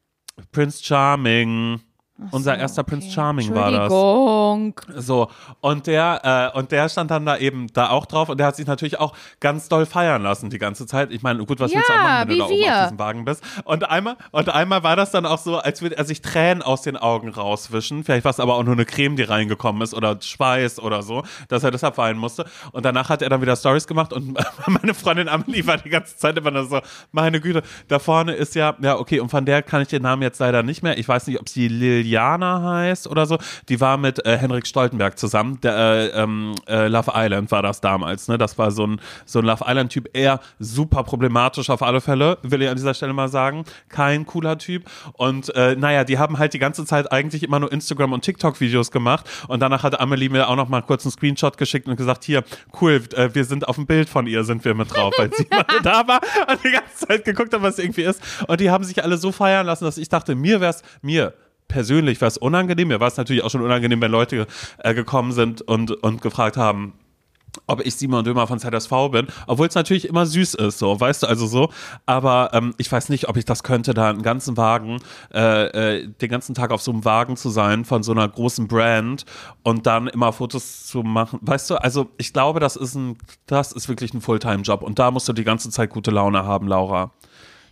Prince Charming. Ach Unser so, erster okay. Prince Charming war das. Entschuldigung. So, und der, äh, und der stand dann da eben da auch drauf und der hat sich natürlich auch ganz doll feiern lassen die ganze Zeit. Ich meine, gut, was Ja, willst du auch machen, wenn wie du da oben wir. auf diesem Wagen bist? Und einmal, und einmal war das dann auch so, als würde er sich Tränen aus den Augen rauswischen. Vielleicht war es aber auch nur eine Creme, die reingekommen ist oder Schweiß oder so, dass er deshalb weinen musste. Und danach hat er dann wieder Stories gemacht und meine Freundin Amelie war die ganze Zeit immer nur so, meine Güte, da vorne ist ja, ja, okay, und von der kann ich den Namen jetzt leider nicht mehr. Ich weiß nicht, ob sie Liliana heißt oder so, die war mit äh, Henrik Stoltenberg zusammen, der, äh, ähm, äh, Love Island war das damals, ne, das war so ein, so ein Love Island Typ, eher super problematisch auf alle Fälle, will ich an dieser Stelle mal sagen, kein cooler Typ und äh, naja, die haben halt die ganze Zeit eigentlich immer nur Instagram und TikTok Videos gemacht und danach hat Amelie mir auch noch mal kurz einen Screenshot geschickt und gesagt, hier, cool, äh, wir sind auf dem Bild von ihr, sind wir mit drauf, weil sie mal da war und die ganze Zeit geguckt hat, was irgendwie ist und die haben sich alle so feiern lassen, dass ich dachte, mir wär's, mir persönlich war es unangenehm. Mir war es natürlich auch schon unangenehm, wenn Leute äh, gekommen sind und, und gefragt haben, ob ich Simon Dömer von Z S V bin, obwohl es natürlich immer süß ist, so, weißt du, also so, aber ähm, ich weiß nicht, ob ich das könnte, da einen ganzen Wagen, äh, äh, den ganzen Tag auf so einem Wagen zu sein von so einer großen Brand und dann immer Fotos zu machen, weißt du, also ich glaube, das ist ein, das ist wirklich ein Fulltime-Job und da musst du die ganze Zeit gute Laune haben, Laura.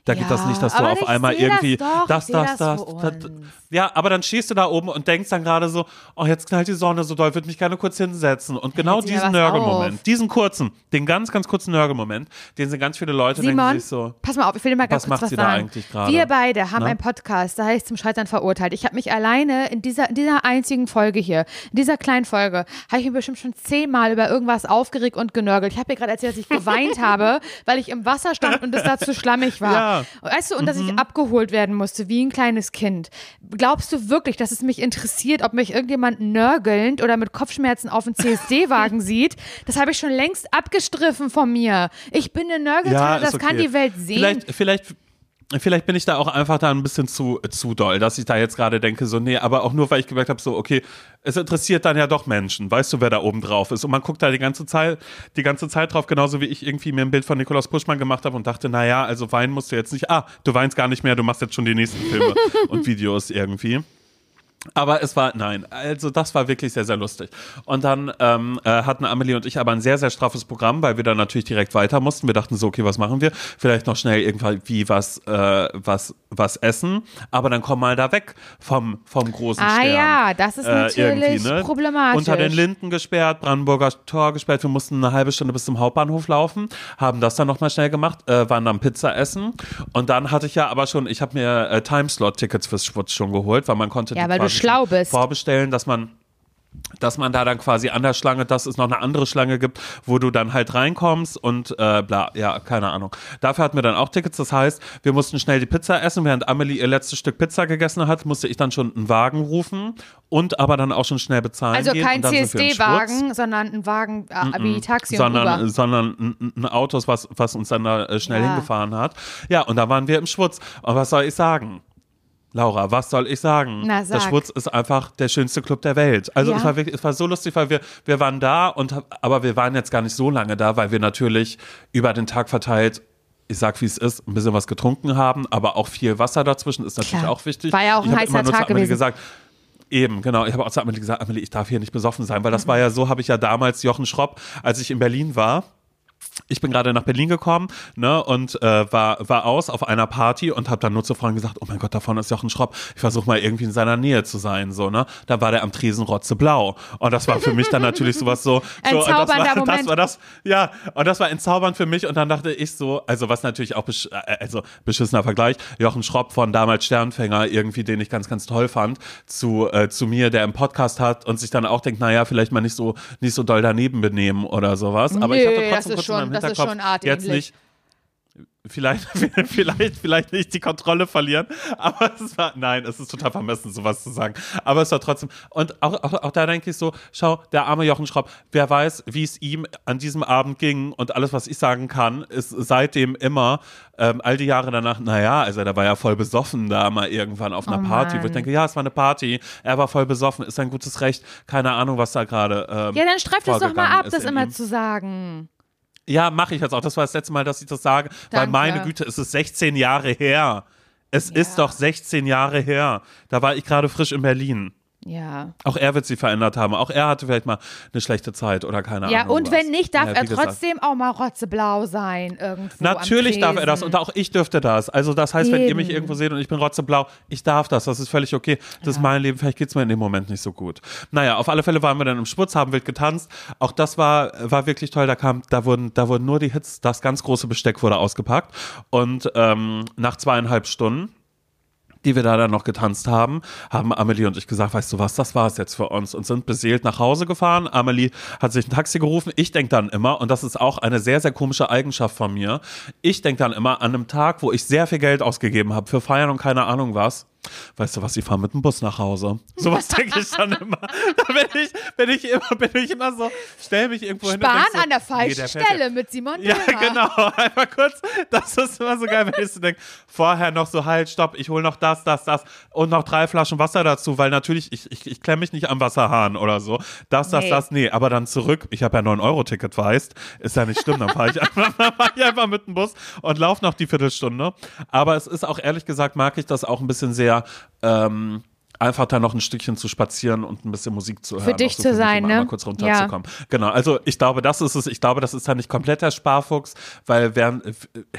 Da geht das nicht, dass du aber auf ich einmal seh das irgendwie doch, das, ich seh das, das das, für das. uns. Ja, aber dann stehst du da oben und denkst dann gerade so, oh, jetzt knallt die Sonne so doll, würde mich gerne kurz hinsetzen. Und genau hält sich ja diesen was Nörgelmoment, auf. diesen kurzen, den ganz, ganz kurzen Nörgelmoment, den sind ganz viele Leute, denken Simon, sich so, pass mal auf, ich will dir mal ganz was kurz macht was sie da sagen. eigentlich gerade? Wir beide haben Ne? einen Podcast, da heißt zum Scheitern verurteilt. Ich habe mich alleine in dieser, in dieser einzigen Folge hier, in dieser kleinen Folge, habe ich mich bestimmt schon zehnmal über irgendwas aufgeregt und genörgelt. Ich habe dir gerade erzählt, dass ich geweint habe, weil ich im Wasser stand und es da zu schlammig war. Ja. Weißt du, und dass Mhm. ich abgeholt werden musste, wie ein kleines Kind. Glaubst du wirklich, dass es mich interessiert, ob mich irgendjemand nörgelnd oder mit Kopfschmerzen auf dem C S D-Wagen sieht? Das habe ich schon längst abgestriffen von mir. Ich bin eine Nörgeltante, Ja, das ist okay. kann die Welt sehen. Vielleicht, vielleicht, vielleicht bin ich da auch einfach da ein bisschen zu, zu doll, dass ich da jetzt gerade denke, so, nee, aber auch nur, weil ich gemerkt habe, so, okay, es interessiert dann ja doch Menschen. Weißt du, wer da oben drauf ist? Und man guckt da die ganze Zeit, die ganze Zeit drauf, genauso wie ich irgendwie mir ein Bild von Nikolaus Puschmann gemacht habe und dachte, naja, also weinen musst du jetzt nicht. Ah, du weinst gar nicht mehr, du machst jetzt schon die nächsten Filme und Videos irgendwie. Aber es war, nein, also das war wirklich sehr, sehr lustig. Und dann ähm, äh, hatten Amelie und ich aber ein sehr, sehr straffes Programm, weil wir dann natürlich direkt weiter mussten. Wir dachten so, okay, was machen wir? Vielleicht noch schnell irgendwie was, äh, was, was essen, aber dann komm mal da weg vom, vom großen Ah Stern. ja, das ist natürlich irgendwie, ne? problematisch. Unter den Linden gesperrt, Brandenburger Tor gesperrt. Wir mussten eine halbe Stunde bis zum Hauptbahnhof laufen, haben das dann nochmal schnell gemacht, äh, waren dann Pizza essen. Und dann hatte ich ja aber schon, ich habe mir äh, Timeslot-Tickets fürs Schwutz schon geholt, weil man konnte Ja, die weil du quasi schlau bist. vorbestellen, dass man dass man da dann quasi an der Schlange, dass es noch eine andere Schlange gibt, wo du dann halt reinkommst und äh, bla, ja, keine Ahnung. Dafür hatten wir dann auch Tickets, das heißt, wir mussten schnell die Pizza essen, während Amelie ihr letztes Stück Pizza gegessen hat, musste ich dann schon einen Wagen rufen und aber dann auch schon schnell bezahlen Also gehen. kein und dann C S sind wir im D-Wagen, Schwutz. sondern ein Wagen äh, wie Taxi sondern, und Uber. sondern ein, ein Auto, was, was uns dann da äh, schnell Ja. hingefahren hat. Ja, und da waren wir im Schwutz. Und was soll ich sagen? Laura, was soll ich sagen? Na, Der sag. Schwutz ist einfach der schönste Club der Welt. Also Ja. es war wirklich, es war so lustig, weil wir, wir waren da und aber wir waren jetzt gar nicht so lange da, weil wir natürlich über den Tag verteilt, ich sag wie es ist, ein bisschen was getrunken haben, aber auch viel Wasser dazwischen ist natürlich Klar. auch wichtig. War ja auch ein ich hab heißer immer nur Tag zu Amelie gewesen. gesagt, eben, genau. Ich habe auch zu Amelie gesagt, Amelie, ich darf hier nicht besoffen sein, weil das Mhm. war ja so, habe ich ja damals Jochen Schropp, als ich in Berlin war. Ich bin gerade nach Berlin gekommen, ne, und äh, war, war aus auf einer Party und habe dann nur zu Freunden gesagt, oh mein Gott, da vorne ist Jochen Schropp. Ich versuche mal irgendwie in seiner Nähe zu sein, so, ne. Da war der am Tresen rotzeblau. Und das war für mich dann natürlich sowas so. so und das Entzaubernder war, Moment. Das war das, ja, und das war entzaubernd für mich. Und dann dachte ich so, also was natürlich auch, besch äh, also beschissener Vergleich, Jochen Schropp von damals Sternfänger, irgendwie, den ich ganz, ganz toll fand, zu, äh, zu mir, der im Podcast hat und sich dann auch denkt, naja, vielleicht mal nicht so, nicht so doll daneben benehmen oder sowas. Aber Nö, ich hatte das trotzdem ist kurz schon- in meinem das ist Hinterkopf, schon artähnlich. jetzt nicht, vielleicht, vielleicht, vielleicht nicht die Kontrolle verlieren, aber es war, nein, es ist total vermessen, sowas zu sagen, aber es war trotzdem, und auch, auch, auch da denke ich so, schau, der arme Jochen Schropp, wer weiß, wie es ihm an diesem Abend ging und alles, was ich sagen kann, ist seitdem immer, ähm, all die Jahre danach, naja, also der war ja voll besoffen da mal irgendwann auf einer Oh Party, Mann. wo ich denke, ja, es war eine Party, er war voll besoffen, ist ein gutes Recht, keine Ahnung, was da gerade ähm, Ja, dann streif das doch mal vorgegangen ab, ist das in immer ihm. zu sagen. Ja, mache ich jetzt auch. Das war das letzte Mal, dass ich das sage. Weil Danke. meine Güte, es ist sechzehn Jahre her. Es Ja. ist doch sechzehn Jahre her. Da war ich gerade frisch in Berlin. Ja. Auch er wird sie verändert haben. Auch er hatte vielleicht mal eine schlechte Zeit oder keine Ja, Ahnung. und was. wenn nicht, darf Ja, er wie gesagt. trotzdem auch mal rotzeblau sein irgendwo Natürlich am darf er das Tresen. und auch ich dürfte das. Also das heißt, wenn ihr mich Eben. irgendwo seht und ich bin rotzeblau, ich darf das, das ist völlig okay. Das ist mein Leben, vielleicht geht es mir in dem Moment nicht so gut. Naja, auf alle Fälle waren wir dann im Schwutz, haben wild getanzt. Auch das war, war wirklich toll, da kam, da wurden, da wurden nur die Hits, das ganz große Besteck wurde ausgepackt und ähm, nach zweieinhalb Stunden, die wir da dann noch getanzt haben, haben Amelie und ich gesagt, weißt du was, das war es jetzt für uns und sind beseelt nach Hause gefahren. Amelie hat sich ein Taxi gerufen. Ich denke dann immer, und das ist auch eine sehr, sehr komische Eigenschaft von mir, ich denke dann immer an einem Tag, wo ich sehr viel Geld ausgegeben habe für Feiern und keine Ahnung was. Weißt du was, ich fahre mit dem Bus nach Hause. Sowas denke ich dann immer. Da bin ich, bin ich immer, bin ich immer so, stell mich irgendwo hin und Sparen denk so, an der nee, falschen der fährt Stelle ja- mit Simon Ja, Dömer. genau. Einfach kurz. Das ist immer so geil, wenn ich so denke, vorher noch so, halt, stopp, ich hole noch das, das, das und noch drei Flaschen Wasser dazu, weil natürlich, ich, ich, ich klemme mich nicht am Wasserhahn oder so. Das, das, Nee. das, nee. Aber dann zurück, ich habe ja neun Euro Ticket, weißt, ist ja nicht schlimm, dann fahre ich, einfach- dann fahr ich einfach mit dem Bus und laufe noch die Viertelstunde. Aber es ist auch, ehrlich gesagt, mag ich das auch ein bisschen sehr, ähm, einfach da noch ein Stückchen zu spazieren und ein bisschen Musik zu hören. dich auch so zu für mich, sein, um ne? einmal kurz runterzukommen. Genau, also ich glaube, das ist es. Ich glaube, das ist ja nicht komplett der Sparfuchs, weil während,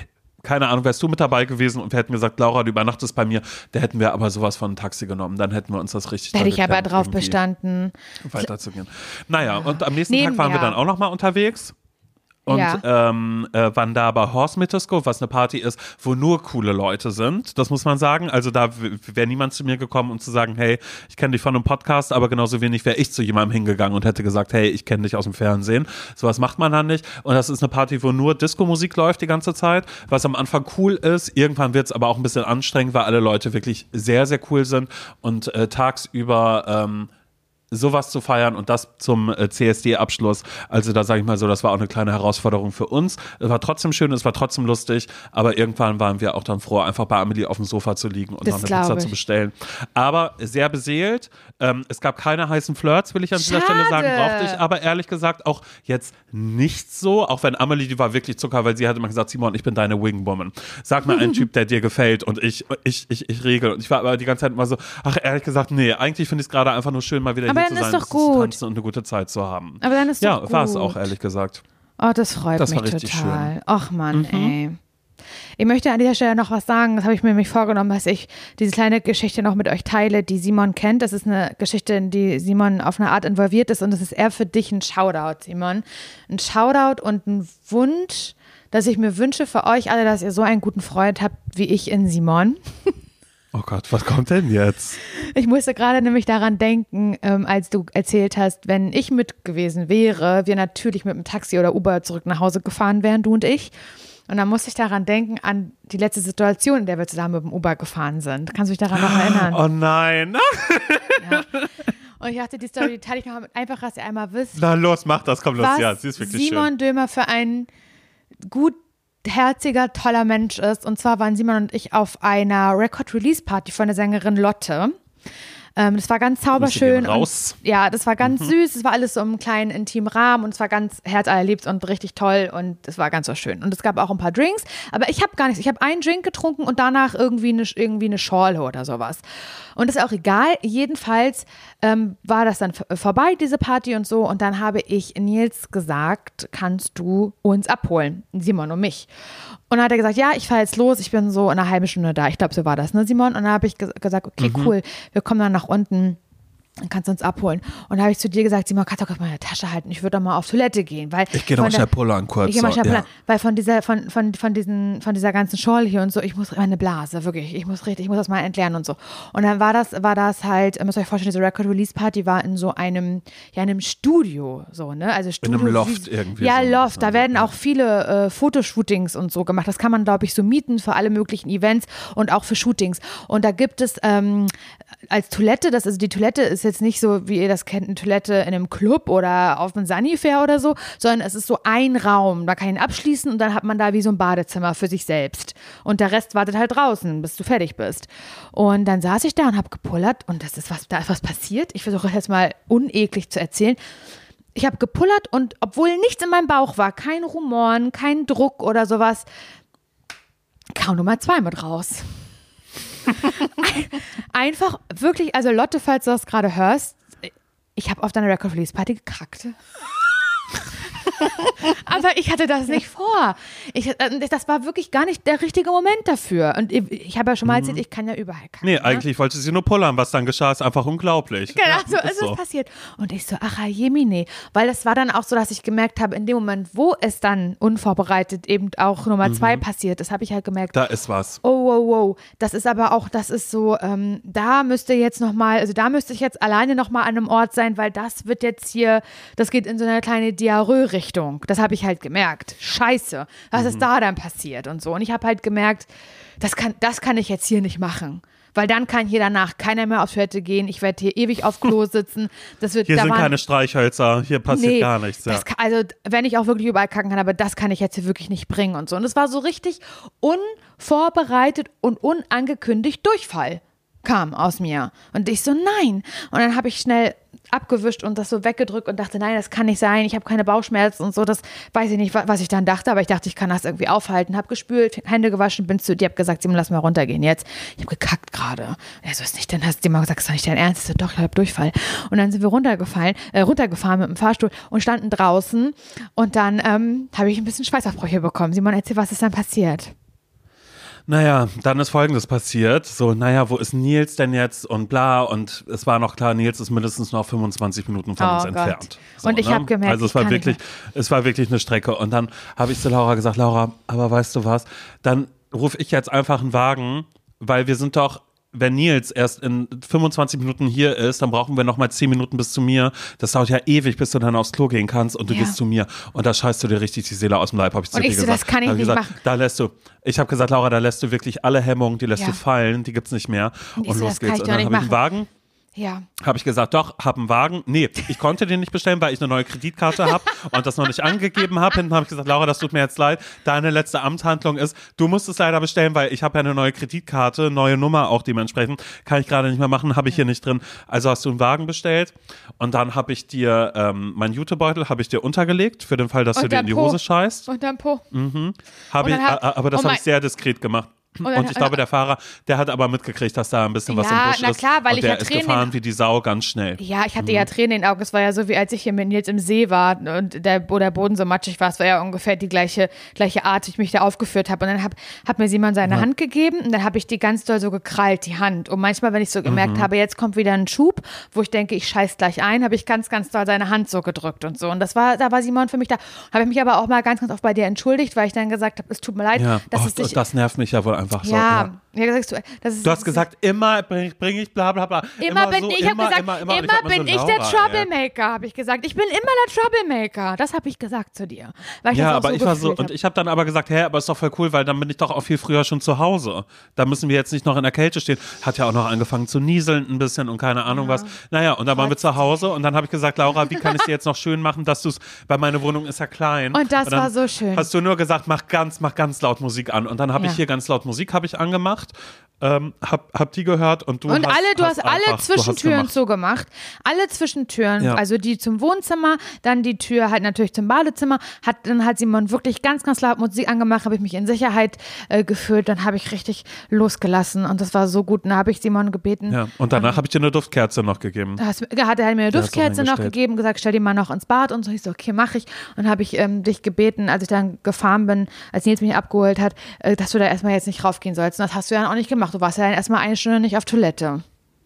keine Ahnung, wärst du mit dabei gewesen und wir hätten gesagt, Laura, du übernachtest bei mir, da hätten wir aber sowas von ein Taxi genommen. Dann hätten wir uns das richtig Da hätte ich aber drauf bestanden. Weiterzugehen. Naja, und am nächsten Neben, Tag waren ja. wir dann auch nochmal unterwegs. Und ja. ähm, äh, waren da bei Horse Mythoscope, was eine Party ist, wo nur coole Leute sind, das muss man sagen. Also da wäre niemand zu mir gekommen, um zu sagen, hey, ich kenne dich von einem Podcast, aber genauso wenig wäre ich zu jemandem hingegangen und hätte gesagt, hey, ich kenne dich aus dem Fernsehen. Sowas macht man dann nicht. Und das ist eine Party, wo nur Disco-Musik läuft die ganze Zeit, was am Anfang cool ist. Irgendwann wird es aber auch ein bisschen anstrengend, weil alle Leute wirklich sehr, sehr cool sind und äh, tagsüber ähm, sowas zu feiern und das zum äh, C S D-Abschluss. Also da sage ich mal so, das war auch eine kleine Herausforderung für uns. Es war trotzdem schön, es war trotzdem lustig, aber irgendwann waren wir auch dann froh, einfach bei Amelie auf dem Sofa zu liegen und das noch eine Pizza ich. zu bestellen. Aber sehr beseelt. Ähm, es gab keine heißen Flirts, will ich an dieser Schade. Stelle sagen, brauchte ich aber ehrlich gesagt auch jetzt nicht so, auch wenn Amelie, die war wirklich Zucker, weil sie hat immer gesagt, Simon, ich bin deine Wingwoman. Sag mal einen Typ, der dir gefällt und ich, ich, ich, ich regel. Und ich war aber die ganze Zeit immer so, ach ehrlich gesagt, nee, eigentlich finde ich es gerade einfach nur schön, mal wieder aber hier zu sein, ist doch gut. zu tanzen und eine gute Zeit zu haben. Aber dann ist ja, doch gut. war es auch, ehrlich gesagt. Oh, das freut Das mich war richtig total. schön. Ach Mann, Mhm. ey. Ich möchte an dieser Stelle noch was sagen, das habe ich mir nämlich vorgenommen, dass ich diese kleine Geschichte noch mit euch teile, die Simon kennt. Das ist eine Geschichte, in die Simon auf eine Art involviert ist und das ist eher für dich ein Shoutout, Simon. Ein Shoutout und ein Wunsch, dass ich mir wünsche für euch alle, dass ihr so einen guten Freund habt wie ich in Simon. Oh Gott, was kommt denn jetzt? Ich musste gerade nämlich daran denken, ähm, als du erzählt hast, wenn ich mit gewesen wäre, wir natürlich mit dem Taxi oder Uber zurück nach Hause gefahren wären, du und ich. Und dann musste ich daran denken, an die letzte Situation, in der wir zusammen mit dem Uber gefahren sind. Kannst du dich daran noch erinnern? Oh nein. Ja. Und ich dachte, die Story die teile ich noch mit, einfach, dass ihr einmal wisst, Na los, mach das, komm los. was Ja, sie ist wirklich Simon schön. Dömer für ein gutherziger, toller Mensch ist. Und zwar waren Simon und ich auf einer Record-Release-Party von der Sängerin Lotte. Ähm, das war ganz zauberschön. Grüße gehen raus. Und, ja, das war ganz Mhm. süß. Es war alles so im kleinen, intimen Rahmen und es war ganz herzallerliebst und richtig toll und es war ganz so schön. Und es gab auch ein paar Drinks, aber ich habe gar nichts. Ich habe einen Drink getrunken und danach irgendwie eine, irgendwie eine Schorle oder sowas. Und das ist auch egal. Jedenfalls ähm, war das dann v- vorbei, diese Party und so. Und dann habe ich Nils gesagt, kannst du uns abholen, Simon und mich. Und dann hat er gesagt, ja, ich fahre jetzt los, ich bin so in einer halben Stunde da. Ich glaube, so war das, ne, Simon? Und dann habe ich ge- gesagt, okay, Mhm. cool, wir kommen dann nach unten. Dann kannst du uns abholen. Und da habe ich zu dir gesagt, Simon, kannst du doch meine Tasche halten. Ich würde doch mal auf Toilette gehen. Weil Ich gehe von noch der- schnell pullern kurz. Ich gehe mal schnell so, pullern. Weil von dieser, von, von, von, diesen, von dieser ganzen Schorle hier und so, ich muss meine Blase, wirklich. Ich muss richtig, ich muss das mal entleeren und so. Und dann war das, war das halt, ihr müsst euch vorstellen, diese Record-Release-Party war in so einem, ja, einem Studio, so, ne? Also Studio. einem Loft wie, irgendwie Ja, so ein Loft. Da bisschen, werden ja. auch viele äh, Fotoshootings und so gemacht. Das kann man, glaube ich, so mieten für alle möglichen Events und auch für Shootings. Und da gibt es ähm, als Toilette, das, also die Toilette ist jetzt nicht so, wie ihr das kennt, eine Toilette in einem Club oder auf einem Sanifair oder so, sondern es ist so ein Raum, da kann ich ihn abschließen und dann hat man da wie so ein Badezimmer für sich selbst. Und der Rest wartet halt draußen, bis du fertig bist. Und dann saß ich da und habe gepullert und das ist was, da ist was passiert. Ich versuche jetzt mal uneklig zu erzählen. Ich habe gepullert und obwohl nichts in meinem Bauch war, kein Rumoren, kein Druck oder sowas, kam Nummer zwei mit raus. Einfach wirklich, also Lotte, falls du das gerade hörst, ich habe auf deiner Record-Release-Party gekackt. Aber ich hatte das nicht vor. Ich, äh, das war wirklich gar nicht der richtige Moment dafür. Und ich, ich habe ja schon mal erzählt, ich kann ja überall kacken. Nee, ne? eigentlich wollte sie nur pullern. Was dann geschah, ist einfach unglaublich. Genau, Ja, so ist ist so. es passiert. Und ich so, ach jemine. Weil das war dann auch so, dass ich gemerkt habe, in dem Moment, wo es dann unvorbereitet eben auch Nummer zwei passiert ist, habe ich halt gemerkt, Da ist was. oh, wow, wow. Das ist aber auch, das ist so, ähm, da müsste jetzt nochmal, also da müsste ich jetzt alleine nochmal an einem Ort sein, weil das wird jetzt hier, das geht in so eine kleine Diarrhoe-Richtung. Das habe ich halt gemerkt. Scheiße, was ist da dann passiert und so. Und ich habe halt gemerkt, das kann, das kann ich jetzt hier nicht machen. Weil dann kann hier danach keiner mehr auf Toilette gehen. Ich werde hier ewig auf Klo sitzen. Das wird, Hier da sind waren- keine Streichhölzer, hier passiert Nee, gar nichts. Ja. das kann, also wenn ich auch wirklich überall kacken kann, aber das kann ich jetzt hier wirklich nicht bringen und so. Und es war so richtig unvorbereitet und unangekündigt Durchfall kam aus mir. Und ich so, nein. Und dann habe ich schnell abgewischt und das so weggedrückt und dachte, nein, das kann nicht sein, ich habe keine Bauchschmerzen und so, das weiß ich nicht, wa- was ich dann dachte, aber ich dachte, ich kann das irgendwie aufhalten, habe gespült, Hände gewaschen, bin zu dir, habe gesagt, Simon, lass mal runtergehen jetzt. Ich habe gekackt gerade. Er so, ist nicht, dann hast du dir mal gesagt, ist doch nicht dein Ernst? Ich so, doch, ich habe Durchfall. Und dann sind wir runtergefallen, äh, runtergefahren mit dem Fahrstuhl und standen draußen und dann ähm, habe ich ein bisschen Schweißausbrüche bekommen. Simon, erzähl, was ist dann passiert? Naja, dann ist Folgendes passiert. So, naja, wo ist Nils denn jetzt und bla. Und es war noch klar, Nils ist mindestens noch fünfundzwanzig Minuten von Oh uns Gott. entfernt. So, Und ich ne? habe gemerkt, also es ich war kann wirklich, nicht es war wirklich eine Strecke. Und dann habe ich zu Laura gesagt, Laura, aber weißt du was? Dann rufe ich jetzt einfach einen Wagen, weil wir sind doch, wenn Nils erst in fünfundzwanzig Minuten hier ist, dann brauchen wir noch mal zehn Minuten bis zu mir. Das dauert ja ewig, bis du dann aufs Klo gehen kannst und du Ja. gehst zu mir. Und da scheißt du dir richtig die Seele aus dem Leib, habe ich zu Und dir ich so, gesagt. das kann ich Da hab nicht gesagt, machen. Da lässt du, ich habe gesagt, Laura, da lässt du wirklich alle Hemmungen, die lässt Ja. du fallen, die gibt's nicht mehr. Und Und, ich so, los das kann geht's. ich Und doch dann nicht habe ich einen machen. Wagen. Ja. Habe ich gesagt, doch, hab einen Wagen. Nee, ich konnte den nicht bestellen, weil ich eine neue Kreditkarte habe und das noch nicht angegeben habe. Hinten habe ich gesagt, Laura, das tut mir jetzt leid. Deine letzte Amtshandlung ist, du musst es leider bestellen, weil ich habe ja eine neue Kreditkarte, neue Nummer auch dementsprechend. Kann ich gerade nicht mehr machen, habe ich hier nicht drin. Also hast du einen Wagen bestellt und dann habe ich dir ähm, meinen Jutebeutel habe ich dir untergelegt, für den Fall, dass du dir Unterm in die Po. Hose scheißt. Unterm Po. Habe ich, Und dann hab- a- aber das und habe mein- ich sehr diskret gemacht. Und Und, dann- ich glaube, der Fahrer, der hat aber mitgekriegt, dass da ein bisschen was Ja, im Busch na ist. klar, weil und ich der ja ist Tränen gefahren in- wie die Sau, ganz schnell. Ja, ich hatte ja Tränen in den Augen. Es war ja so, wie als ich hier mit Nils im See war und der, wo der Boden so matschig war. Es war ja ungefähr die gleiche, gleiche Art, wie ich mich da aufgeführt habe. Und dann hab, hat mir Simon seine Ja. Hand gegeben und dann habe ich die ganz doll so gekrallt, die Hand. Und manchmal, wenn ich so gemerkt habe, jetzt kommt wieder ein Schub, wo ich denke, ich scheiß gleich ein, habe ich ganz, ganz doll seine Hand so gedrückt und so. Und das war, da war Simon für mich da. Habe ich mich aber auch mal ganz, ganz oft bei dir entschuldigt, weil ich dann gesagt habe, es tut mir leid, Ja, dass oh, es dich... das nervt mich ja wohl einfach so. ja, ja, ja sagst du, das ist, Du hast gesagt, immer bringe bring ich bla bla bla. Immer, bin so, ich, ich habe immer, gesagt, immer, immer, immer, Und hab mir bin so, ich der Laura, Troublemaker, habe ich gesagt. Ich bin immer der Troublemaker. Das habe ich gesagt zu dir. Weil ich Ja, das auch aber so ich war so, gefühlt und hab. ich habe dann aber gesagt, hä, aber ist doch voll cool, weil dann bin ich doch auch viel früher schon zu Hause. Da müssen wir jetzt nicht noch in der Kälte stehen. Hat ja auch noch angefangen zu nieseln ein bisschen und keine Ahnung Ja. was. Naja, und dann waren wir zu Hause und dann habe ich gesagt, Laura, wie kann ich dir jetzt noch schön machen, dass du es, weil meine Wohnung ist ja klein. Und das dann war so schön. Hast du nur gesagt, mach ganz, mach ganz laut Musik an. Und dann habe Ja. ich hier ganz laut Musik habe ich angemacht, ähm, hab, hab die gehört und du Und hast, alle, du hast, alle einfach, du hast Zwischentüren gemacht. zugemacht. Alle Zwischentüren, Ja. also die zum Wohnzimmer, dann die Tür halt natürlich zum Badezimmer. Hat, dann hat Simon wirklich ganz, ganz laut Musik angemacht, habe ich mich in Sicherheit äh, gefühlt. Dann habe ich richtig losgelassen und das war so gut. Und dann habe ich Simon gebeten. Ja, und danach habe ich dir eine Duftkerze noch gegeben. Da hast- da hat er mir eine Der hast du Duftkerze noch reingestellt. gegeben, gesagt, stell die mal noch ins Bad und so. Ich so, okay, mache ich. Und habe ich ähm, dich gebeten, als ich dann gefahren bin, als Nils mich abgeholt hat, äh, dass du da erstmal jetzt nicht raufgehen sollst. Und das hast du ja dann auch nicht gemacht. Du warst ja dann erstmal eine Stunde nicht auf Toilette.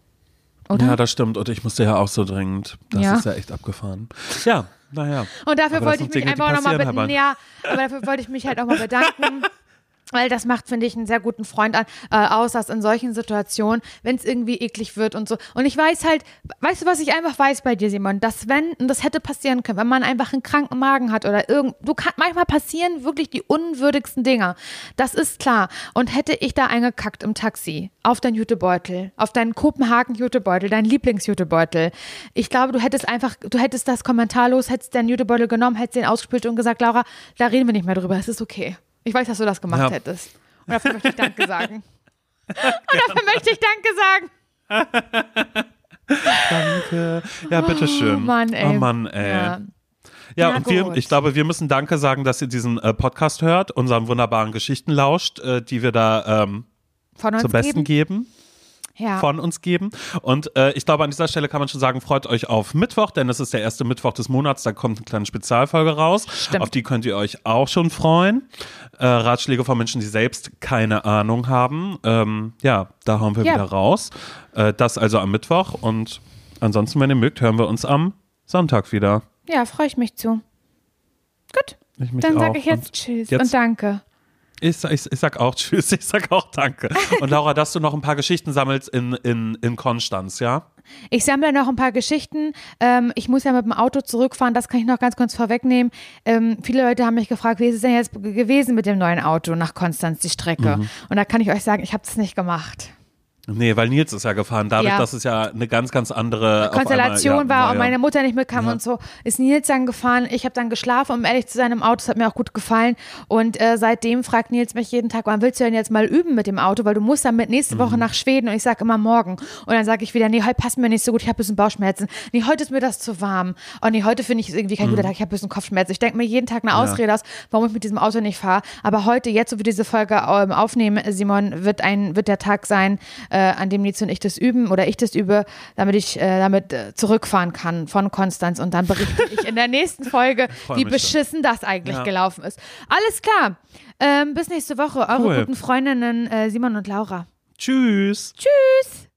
Oder? Ja, das stimmt. Und ich musste ja auch so dringend. Das Ja. ist ja echt abgefahren. Ja, naja. Und dafür Aber das wollte ich sind mich Dinge, die einfach nochmal passieren, bedanken. Herr Ja, aber dafür wollte ich mich halt auch mal bedanken. Weil das macht, finde ich, einen sehr guten Freund an, äh, aus, dass in solchen Situationen, wenn es irgendwie eklig wird und so. Und ich weiß halt, weißt du, was ich einfach weiß bei dir, Simon? Dass wenn, und das hätte passieren können, wenn man einfach einen kranken Magen hat oder irgend, du kann, manchmal passieren wirklich die unwürdigsten Dinge. Das ist klar. Und hätte ich da eingekackt im Taxi, auf deinen Jutebeutel, auf deinen Kopenhagen-Jutebeutel, deinen Lieblings-Jutebeutel. Ich glaube, du hättest einfach, du hättest das kommentarlos, hättest deinen Jutebeutel genommen, hättest den ausgespült und gesagt, Laura, da reden wir nicht mehr drüber, es ist okay. Ich weiß, dass du das gemacht Ja. hättest. Und dafür möchte ich Danke sagen. Und dafür möchte ich Danke sagen. Danke. Ja, bitteschön. Oh Mann, ey. Oh Mann, ey. Ja. Ja, Na und wir, gut. ich glaube, wir müssen Danke sagen, dass ihr diesen äh, Podcast hört, unseren wunderbaren Geschichten lauscht, äh, die wir da ähm, Von uns zum Besten geben. geben. Ja. von uns geben. Und äh, ich glaube, an dieser Stelle kann man schon sagen, freut euch auf Mittwoch, denn es ist der erste Mittwoch des Monats, da kommt eine kleine Spezialfolge raus. Stimmt. Auf die könnt ihr euch auch schon freuen. Äh, Ratschläge von Menschen, die selbst keine Ahnung haben. Ähm, ja, da hauen wir Ja. wieder raus. Äh, das also am Mittwoch und ansonsten, wenn ihr mögt, hören wir uns am Sonntag wieder. Ja, freue ich mich zu. Gut, Ich mich dann auch. sage ich jetzt Und Tschüss jetzt- und Danke. Ich, ich, ich sag auch Tschüss, ich sag auch Danke. Und Laura, dass du noch ein paar Geschichten sammelst in, in, in Konstanz, ja? Ich sammle noch ein paar Geschichten. Ähm, ich muss ja mit dem Auto zurückfahren, das kann ich noch ganz kurz vorwegnehmen. Ähm, viele Leute haben mich gefragt, wie ist es denn jetzt g- gewesen mit dem neuen Auto nach Konstanz, die Strecke? Mhm. Und da kann ich euch sagen, ich habe es nicht gemacht. Nee, weil Nils ist ja gefahren. Dadurch, Ja. dass es ja eine ganz, ganz andere auf Konstellation einmal, ja, war und ja, meine Mutter nicht mitkam Ja. und so, ist Nils dann gefahren. Ich habe dann geschlafen, um ehrlich zu sein, im Auto. Das hat mir auch gut gefallen. Und äh, seitdem fragt Nils mich jeden Tag, wann willst du denn jetzt mal üben mit dem Auto? Weil du musst dann mit nächste Woche Mhm. nach Schweden. Und ich sage immer morgen. Und dann sage ich wieder, nee, heute passt mir nicht so gut. Ich habe ein bisschen Bauchschmerzen. Nee, heute ist mir das zu warm. Und nee, heute finde ich es irgendwie kein guter Tag. Ich habe ein bisschen Kopfschmerzen. Ich denke mir jeden Tag eine Mhm. Ja. Ausrede aus, warum ich mit diesem Auto nicht fahre. Aber heute, jetzt, so wie wir diese Folge ähm, aufnehmen, Simon, wird, ein, wird der Tag sein, äh, an dem Nils und ich das üben oder ich das übe, damit ich äh, damit äh, zurückfahren kann von Konstanz und dann berichte ich in der nächsten Folge, wie beschissen das eigentlich ja. gelaufen ist. Alles klar. Ähm, bis nächste Woche. Eure cool. guten Freundinnen äh, Simon und Laura. Tschüss. Tschüss.